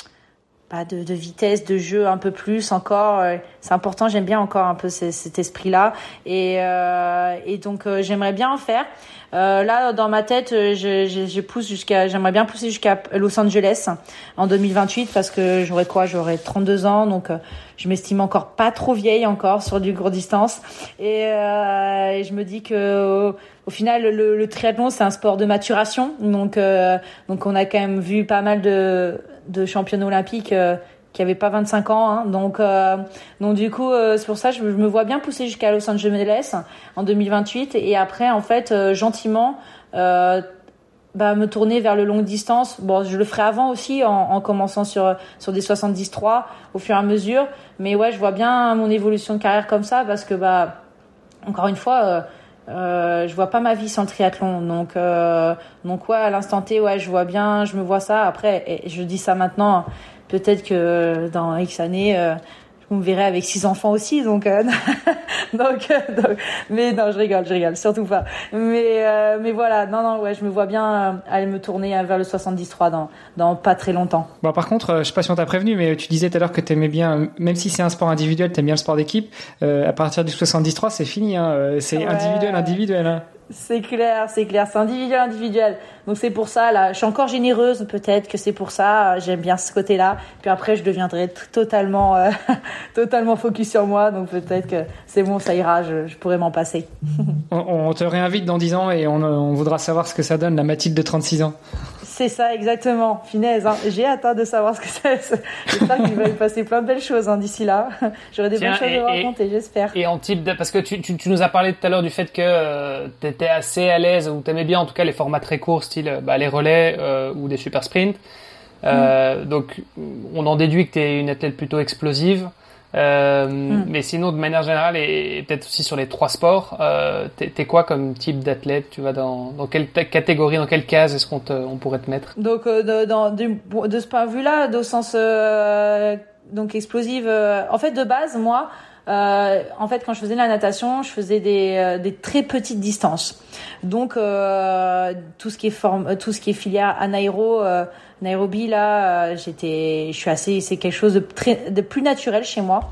pas de, de vitesse, de jeu un peu plus encore. C'est important, j'aime bien encore un peu c- cet esprit-là. Et, euh, et donc, euh, j'aimerais bien en faire. Euh, là, dans ma tête, je, je, je pousse jusqu'à, j'aimerais bien pousser jusqu'à Los Angeles en deux mille vingt-huit parce que j'aurais quoi? J'aurais trente-deux ans, donc euh, je m'estime encore pas trop vieille encore sur du court distance. Et, euh, et je me dis que au, au final, le, le triathlon, c'est un sport de maturation. Donc, euh, donc on a quand même vu pas mal de de championnes olympiques euh, qui avait pas vingt-cinq ans, hein. donc euh, donc du coup euh, c'est pour ça que je, je me vois bien pousser jusqu'à Los Angeles en deux mille vingt-huit et après en fait euh, gentiment euh, bah me tourner vers le longue distance. Bon, je le ferai avant aussi en, en commençant sur sur des soixante-dix trois au fur et à mesure, mais ouais, je vois bien mon évolution de carrière comme ça parce que bah encore une fois euh, Euh, je vois pas ma vie sans le triathlon, donc euh, donc ouais, à l'instant T, ouais, je vois bien, je me vois ça. Après, et je dis ça maintenant, peut-être que dans X années, euh, je me verrai avec six enfants aussi, donc euh, donc, euh, donc mais non, je rigole, je rigole, surtout pas. Mais euh, mais voilà, non non, ouais, je me vois bien euh, aller me tourner vers le soixante-dix trois dans dans pas très longtemps. Bon, par contre, euh, je sais pas si on t'a prévenu, mais tu disais tout à l'heure que t'aimais bien, même si c'est un sport individuel, t'aimes bien le sport d'équipe. Euh, à partir du soixante-dix trois, c'est fini, hein. C'est ouais. individuel, individuel. Hein. C'est clair, c'est clair, c'est individuel, individuel. Donc c'est pour ça, là, je suis encore généreuse, peut-être que c'est pour ça, j'aime bien ce côté-là. Puis après, je deviendrai t- totalement, euh, totalement focus sur moi, donc peut-être que c'est bon, ça ira, je, je pourrais m'en passer. on, on te réinvite dans dix ans et on, on voudra savoir ce que ça donne, la Mathilde de trente-six ans. C'est ça, exactement. Finesse, hein. J'ai hâte hein, de savoir ce que c'est. J'espère qu'il va y passer plein de belles choses hein, d'ici là. J'aurai des Tiens, bonnes choses et, à raconter, j'espère. Et en type de, parce que tu, tu, tu nous as parlé tout à l'heure du fait que euh, tu étais assez à l'aise ou tu aimais bien en tout cas les formats très courts, style bah, les relais euh, ou des super sprints. Euh, mm. Donc on en déduit que tu es une athlète plutôt explosive. Euh, mm. Mais sinon, de manière générale, et, et peut-être aussi sur les trois sports, euh, t'es, t'es quoi comme type d'athlète? Tu vas dans, dans quelle catégorie, dans quelle case est-ce qu'on te, on pourrait te mettre? Donc, euh, de, dans, de, de ce point de vue-là, au sens euh, donc explosive, euh, en fait, de base, moi, euh, en fait, quand je faisais de la natation, je faisais des, euh, des très petites distances. Donc, euh, tout ce qui est forme, tout ce qui est filière anaéro. Euh, Nairobi là, euh, j'étais, je suis assez, c'est quelque chose de très, de plus naturel chez moi.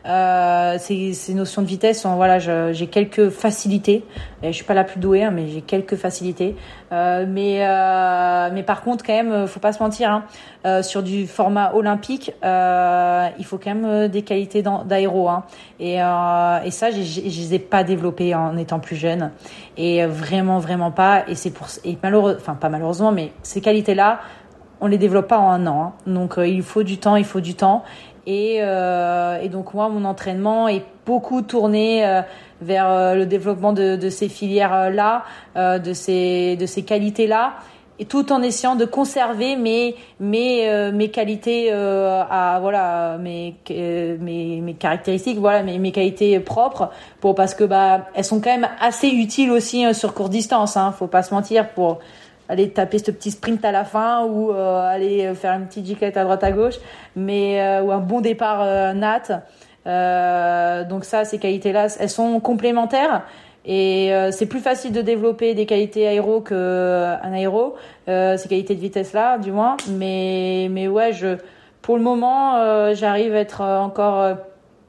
Euh, ces, ces notions de vitesse, sont, voilà, je, j'ai quelques facilités. Et je suis pas la plus douée, hein, mais j'ai quelques facilités. Euh, mais, euh, mais par contre, quand même, faut pas se mentir. Hein, euh, sur du format olympique, euh, il faut quand même des qualités d'aéro. Hein, et, euh, et ça, je les ai pas développées en étant plus jeune. Et vraiment, vraiment pas. Et c'est pour, et malheureux, enfin pas malheureusement, mais ces qualités-là. On les développe pas en un an, hein. Donc euh, il faut du temps, il faut du temps. Et, euh, et donc moi, mon entraînement est beaucoup tourné euh, vers euh, le développement de, de ces filières-là, euh, de ces de ces qualités-là, et tout en essayant de conserver mes mes euh, mes qualités euh, à voilà mes euh, mes mes caractéristiques, voilà mes mes qualités propres, pour parce que bah elles sont quand même assez utiles aussi hein, sur courte distance. Hein, faut pas se mentir pour aller taper ce petit sprint à la fin ou euh, aller faire une petite giclette à droite à gauche, mais euh, ou un bon départ euh, nat. Euh, donc ça, ces qualités-là, elles sont complémentaires et euh, c'est plus facile de développer des qualités aéro qu'un aéro, euh, ces qualités de vitesse-là, du moins. Mais mais ouais, je pour le moment, euh, j'arrive à être encore euh,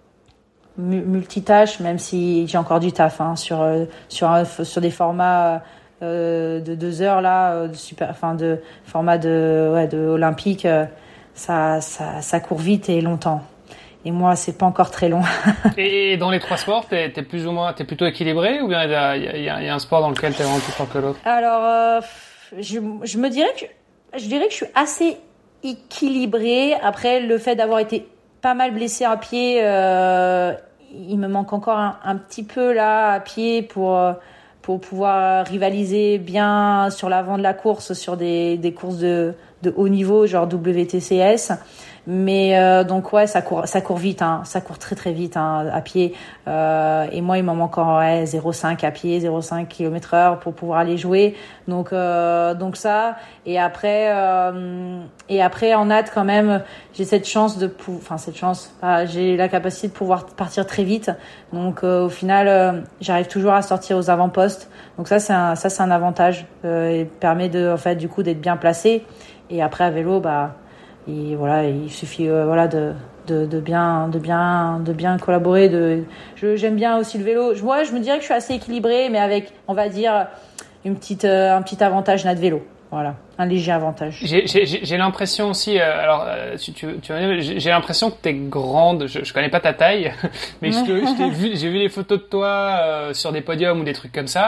multitâche, même si j'ai encore du taf hein, sur euh, sur un, sur des formats. Euh, Euh, de deux heures là, de super, enfin de format de ouais de olympique, euh, ça ça ça court vite et longtemps. Et moi, c'est pas encore très long. Et dans les trois sports, t'es t'es plus ou moins, t'es plutôt équilibré ou bien il y a il y a, il y a un sport dans lequel t'es vraiment plus fort que l'autre? Alors, euh, je je me dirais que je dirais que je suis assez équilibrée. Après, le fait d'avoir été pas mal blessée à pied, euh, il me manque encore un, un petit peu là à pied pour pour pouvoir rivaliser bien sur l'avant de la course, sur des, des courses de, de haut niveau, genre W T C S. Mais euh, donc ouais, ça court, ça court vite, hein, ça court très très vite hein, à pied. Euh, et moi, il m'en manque encore ouais, zéro virgule cinq à pied, zéro virgule cinq kilomètres heure pour pouvoir aller jouer. Donc euh, donc ça. Et après euh, et après en nat quand même, j'ai cette chance de, pou- enfin cette chance, ah, j'ai la capacité de pouvoir partir très vite. Donc euh, au final, euh, j'arrive toujours à sortir aux avant-postes. Donc ça c'est un ça c'est un avantage. Euh, et permet de en fait du coup d'être bien placé. Et après à vélo, bah et voilà, il suffit euh, voilà de, de de bien de bien de bien collaborer. De, je, j'aime bien aussi le vélo. Je, moi, je me dirais que je suis assez équilibrée, mais avec, on va dire, une petite euh, un petit avantage nat vélo. Voilà, un léger avantage. J'ai, j'ai, j'ai l'impression aussi, euh, alors euh, tu, tu, tu j'ai, j'ai l'impression que t'es grande. Je, je connais pas ta taille, mais je, je t'ai vu, j'ai vu les photos de toi euh, sur des podiums ou des trucs comme ça.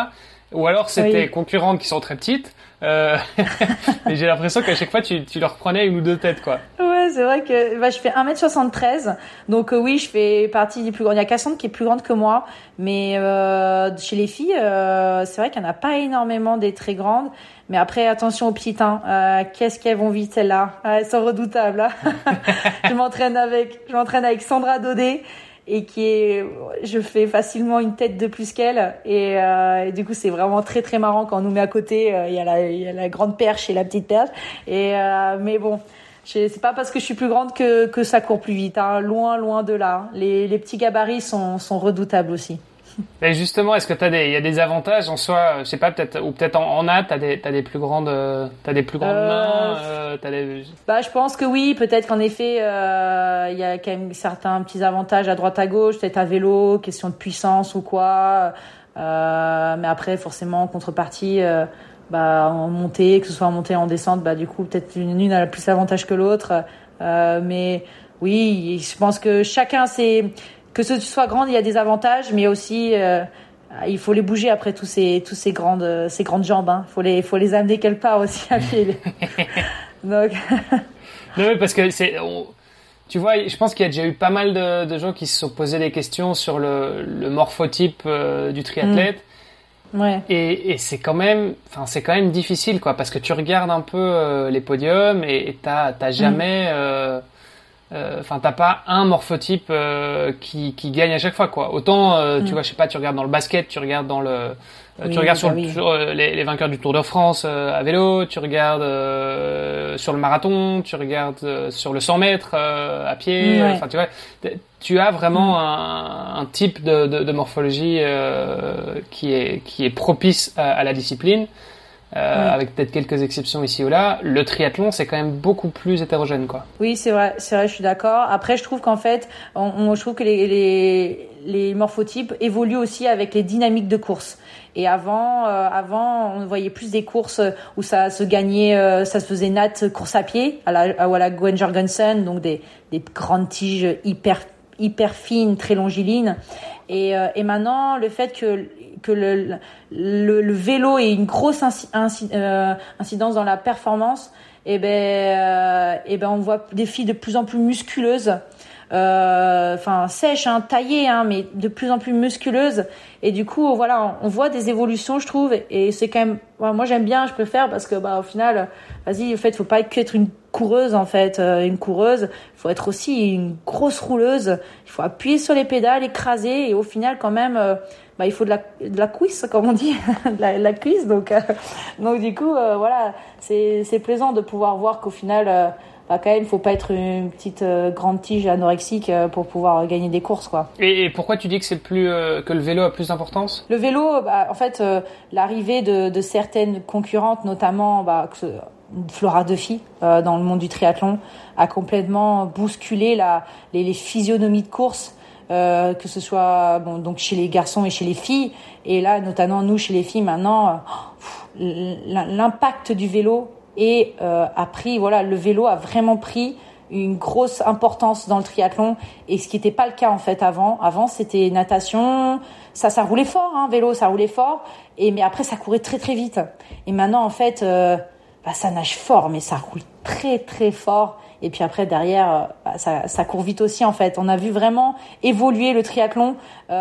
ou alors c'était Oui. concurrentes qui sont très petites. Euh, et j'ai l'impression qu'à chaque fois tu, tu leur prenais une ou deux têtes, quoi. Ouais, c'est vrai que bah, je fais un mètre soixante-treize, donc euh, oui, je fais partie des plus grandes. Il y a Cassandre qui est plus grande que moi, mais euh, chez les filles, euh, c'est vrai qu'il n'y en a pas énormément des très grandes. Mais après, attention aux petites, hein. Euh, qu'est-ce qu'elles vont vite, celles-là. Ah, elles sont redoutables. Hein. je m'entraîne avec, je m'entraîne avec Sandra Daudet, et qui est, je fais facilement une tête de plus qu'elle, et, euh, et du coup c'est vraiment très très marrant quand on nous met à côté. Euh, il y a la, il y a la grande perche et la petite perche, et euh, mais bon, je, c'est pas parce que je suis plus grande que que ça court plus vite, hein. Loin loin de là. Les les petits gabarits sont sont redoutables aussi. Et justement, est-ce que t'as des, il y a des avantages en soi, je sais pas, peut-être, ou peut-être en, en natte, t'as des, t'as des plus grandes, euh, t'as des plus grandes Euh, mains, euh, t'as des... Bah, je pense que oui, peut-être qu'en effet, euh, il y a quand même certains petits avantages à droite à gauche, peut-être à vélo, question de puissance ou quoi. Euh, mais après, forcément, en contrepartie, euh, bah, en montée, que ce soit en montée, en descente, bah, du coup, peut-être une, une a plus d'avantages que l'autre. Euh, mais oui, je pense que chacun, c'est, que ce soit grande, il y a des avantages, mais aussi, euh, il faut les bouger après tous ces, tous ces grandes, ces grandes jambes, hein. Faut les, faut les amener quelque part aussi à pied. Donc. Non, mais parce que c'est, on, tu vois, je pense qu'il y a déjà eu pas mal de, de gens qui se sont posé des questions sur le, le morphotype euh, du triathlète. Mmh. Ouais. Et, et c'est quand même, enfin, c'est quand même difficile, quoi, parce que tu regardes un peu euh, les podiums et, et t'as, t'as jamais, mmh. euh, enfin euh, t'as pas un morphotype euh, qui, qui gagne à chaque fois, quoi. Autant euh, mmh. tu vois, je sais pas, tu regardes dans le basket, tu regardes dans le euh, oui, tu regardes bah sur, oui. sur euh, les, les vainqueurs du Tour de France euh, à vélo, tu regardes euh, sur le marathon, tu regardes euh, sur le cent mètres euh, à pied, enfin ouais. tu vois, tu as vraiment mmh. un, un type de, de, de morphologie euh, qui est qui est propice à, à la discipline. Euh, oui. Avec peut-être quelques exceptions ici ou là, le triathlon c'est quand même beaucoup plus hétérogène, quoi. Oui, c'est vrai, c'est vrai, je suis d'accord. Après, je trouve qu'en fait, on, on, je trouve que les, les, les morphotypes évoluent aussi avec les dynamiques de course. Et avant, euh, avant, on voyait plus des courses où ça se gagnait, euh, ça se faisait natte course à pied, à la, à la Gwen Jorgensen, donc des, des grandes tiges hyper, hyper fines, très longilines. Et, euh, et maintenant, le fait que que le, le, le vélo ait une grosse inci, inci, euh, incidence dans la performance, et ben, euh, et ben, on voit des filles de plus en plus musculeuses, euh, enfin sèches, hein, taillées, hein, mais de plus en plus musculeuses. Et du coup, voilà, on voit des évolutions, je trouve. Et c'est quand même, ouais, moi j'aime bien, je préfère parce que, bah, au final, vas-y, en fait, faut pas être une coureuse, en fait, euh, une coureuse. Il faut être aussi une grosse rouleuse. Il faut appuyer sur les pédales, écraser, et au final, quand même. Euh, Bah, il faut de la, de la cuisse, comme on dit, de la, la cuisse. Donc, euh, donc du coup, euh, voilà, c'est, c'est plaisant de pouvoir voir qu'au final, euh, bah, quand même, il faut pas être une petite euh, grande tige anorexique euh, pour pouvoir gagner des courses, quoi. Et, et pourquoi tu dis que c'est plus euh, que le vélo a plus d'importance ? Le vélo, bah, en fait, euh, l'arrivée de, de certaines concurrentes, notamment, bah, que, Flora Duffy euh, dans le monde du triathlon, a complètement bousculé la, les, les physionomies de course. Euh, que ce soit bon donc chez les garçons et chez les filles, et là notamment nous chez les filles maintenant, euh, l'impact du vélo est euh, a pris voilà le vélo a vraiment pris une grosse importance dans le triathlon, et ce qui n'était pas le cas en fait avant. Avant c'était natation, ça ça roulait fort, hein, vélo ça roulait fort, et mais après ça courait très très vite. Et maintenant en fait euh, bah, ça nage fort, mais ça roule très très fort. Et puis après derrière, bah, ça, ça court vite aussi en fait. On a vu vraiment évoluer le triathlon.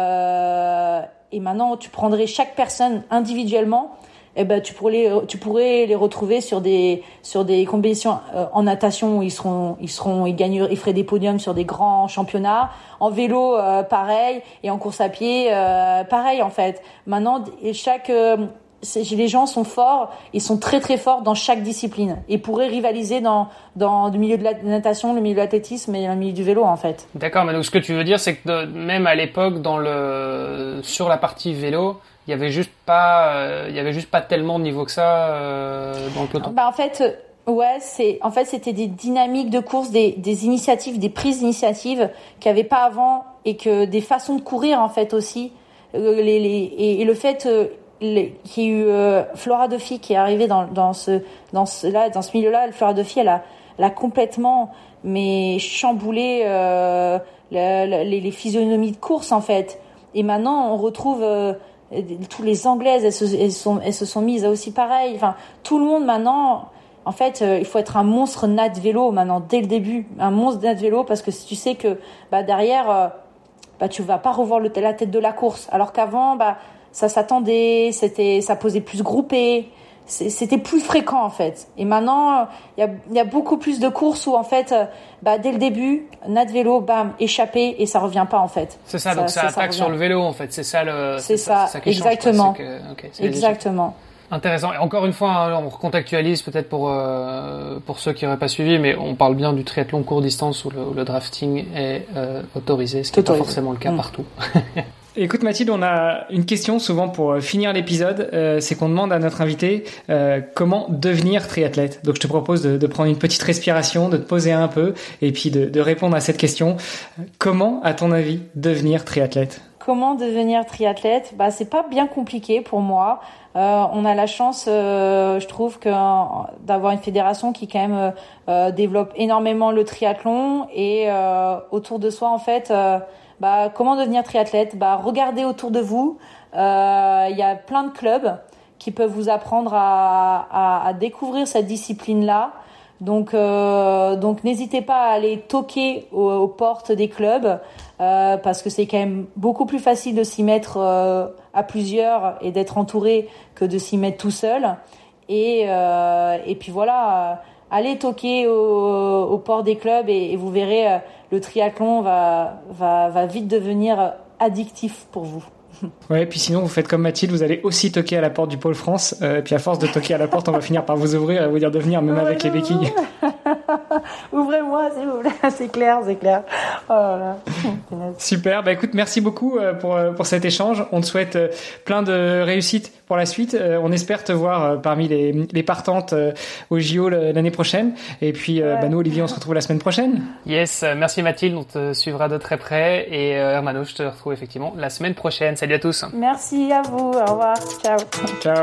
Euh, et maintenant, tu prendrais chaque personne individuellement, et ben tu pourrais les, tu pourrais les retrouver sur des sur des compétitions euh, en natation où ils seront ils seront ils gagnent ils feraient des podiums sur des grands championnats. En vélo, euh, pareil, et en course à pied, euh, pareil en fait. Maintenant, chaque euh, C'est, les gens sont forts, ils sont très très forts dans chaque discipline et pourraient rivaliser dans dans le milieu de la natation, le milieu de l'athlétisme et le milieu du vélo en fait. D'accord, mais donc ce que tu veux dire, c'est que de, même à l'époque, dans le sur la partie vélo, il y avait juste pas, euh, il y avait juste pas tellement de niveau que ça euh, dans le peloton. Bah en fait, ouais, c'est en fait c'était des dynamiques de course, des des initiatives, des prises d'initiatives qu'il y avait pas avant, et que des façons de courir en fait aussi, euh, les les et, et le fait euh, Les, qui a eu euh, Flora Duffy qui est arrivée dans dans ce dans ce là dans ce milieu-là. Flora Duffy, elle a elle a complètement mais chamboulé euh, la, la, les, les physionomies de course en fait. Et maintenant on retrouve euh, tous les Anglaises, elles se, elles sont, elles se sont mises aussi pareil. Enfin, tout le monde maintenant. En fait, euh, il faut être un monstre nat vélo maintenant dès le début, un monstre nat vélo parce que si tu sais que bah derrière, euh, bah tu vas pas revoir le, la tête de la course. Alors qu'avant, bah ça s'attendait, c'était, ça posait plus groupé, c'était plus fréquent en fait. Et maintenant, il y a, il y a beaucoup plus de courses où en fait, bah dès le début, nat vélo, bam, échappé et ça revient pas en fait. C'est ça, ça donc ça, ça attaque ça sur le vélo en fait. C'est ça le. C'est, c'est ça, ça, ça qui exactement. Change, que, okay, exactement. Intéressant. Et encore une fois, on recontextualise peut-être pour euh, pour ceux qui n'auraient pas suivi, mais on parle bien du triathlon court distance où le, où le drafting est euh, autorisé, ce qui n'est pas forcément le cas mmh. partout. Écoute Mathilde, on a une question souvent pour finir l'épisode, euh, c'est qu'on demande à notre invité euh, comment devenir triathlète. Donc je te propose de, de prendre une petite respiration, de te poser un peu et puis de, de répondre à cette question. Comment, à ton avis, devenir triathlète ? Comment devenir triathlète ? Bah c'est pas bien compliqué pour moi. Euh, on a la chance, euh, je trouve, que d'avoir une fédération qui quand même euh, développe énormément le triathlon et euh, autour de soi en fait. Euh, Bah, comment devenir triathlète ? Bah, regardez autour de vous. Il euh, y a plein de clubs qui peuvent vous apprendre à, à, à découvrir cette discipline-là. Donc, euh, donc, n'hésitez pas à aller toquer aux, aux portes des clubs euh, parce que c'est quand même beaucoup plus facile de s'y mettre euh, à plusieurs et d'être entouré que de s'y mettre tout seul. Et, euh, et puis voilà. Allez toquer au, au port des clubs et, et vous verrez, euh, le triathlon va, va, va vite devenir addictif pour vous. Ouais, et puis sinon, vous faites comme Mathilde, vous allez aussi toquer à la porte du Pôle France. Euh, et puis à force de toquer à la porte, on va finir par vous ouvrir et vous dire de venir, même oh avec non. les béquilles. Ouvrez-moi, s'il vous plaît. C'est clair, c'est clair. Oh là là. Super. Bah écoute, merci beaucoup pour, pour cet échange. On te souhaite plein de réussite pour la suite. On espère te voir parmi les, les partantes au J O l'année prochaine. Et puis, ouais. bah nous, Olivier, on se retrouve la semaine prochaine. Yes. Merci Mathilde. On te suivra de très près. Et euh, Hermano, je te retrouve effectivement la semaine prochaine. Salut à tous. Merci à vous. Au revoir. Ciao. Ciao.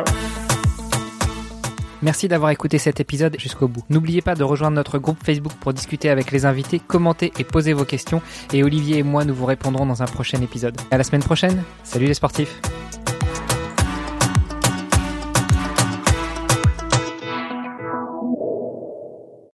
Merci d'avoir écouté cet épisode jusqu'au bout. N'oubliez pas de rejoindre notre groupe Facebook pour discuter avec les invités, commenter et poser vos questions. Et Olivier et moi, nous vous répondrons dans un prochain épisode. À la semaine prochaine. Salut les sportifs.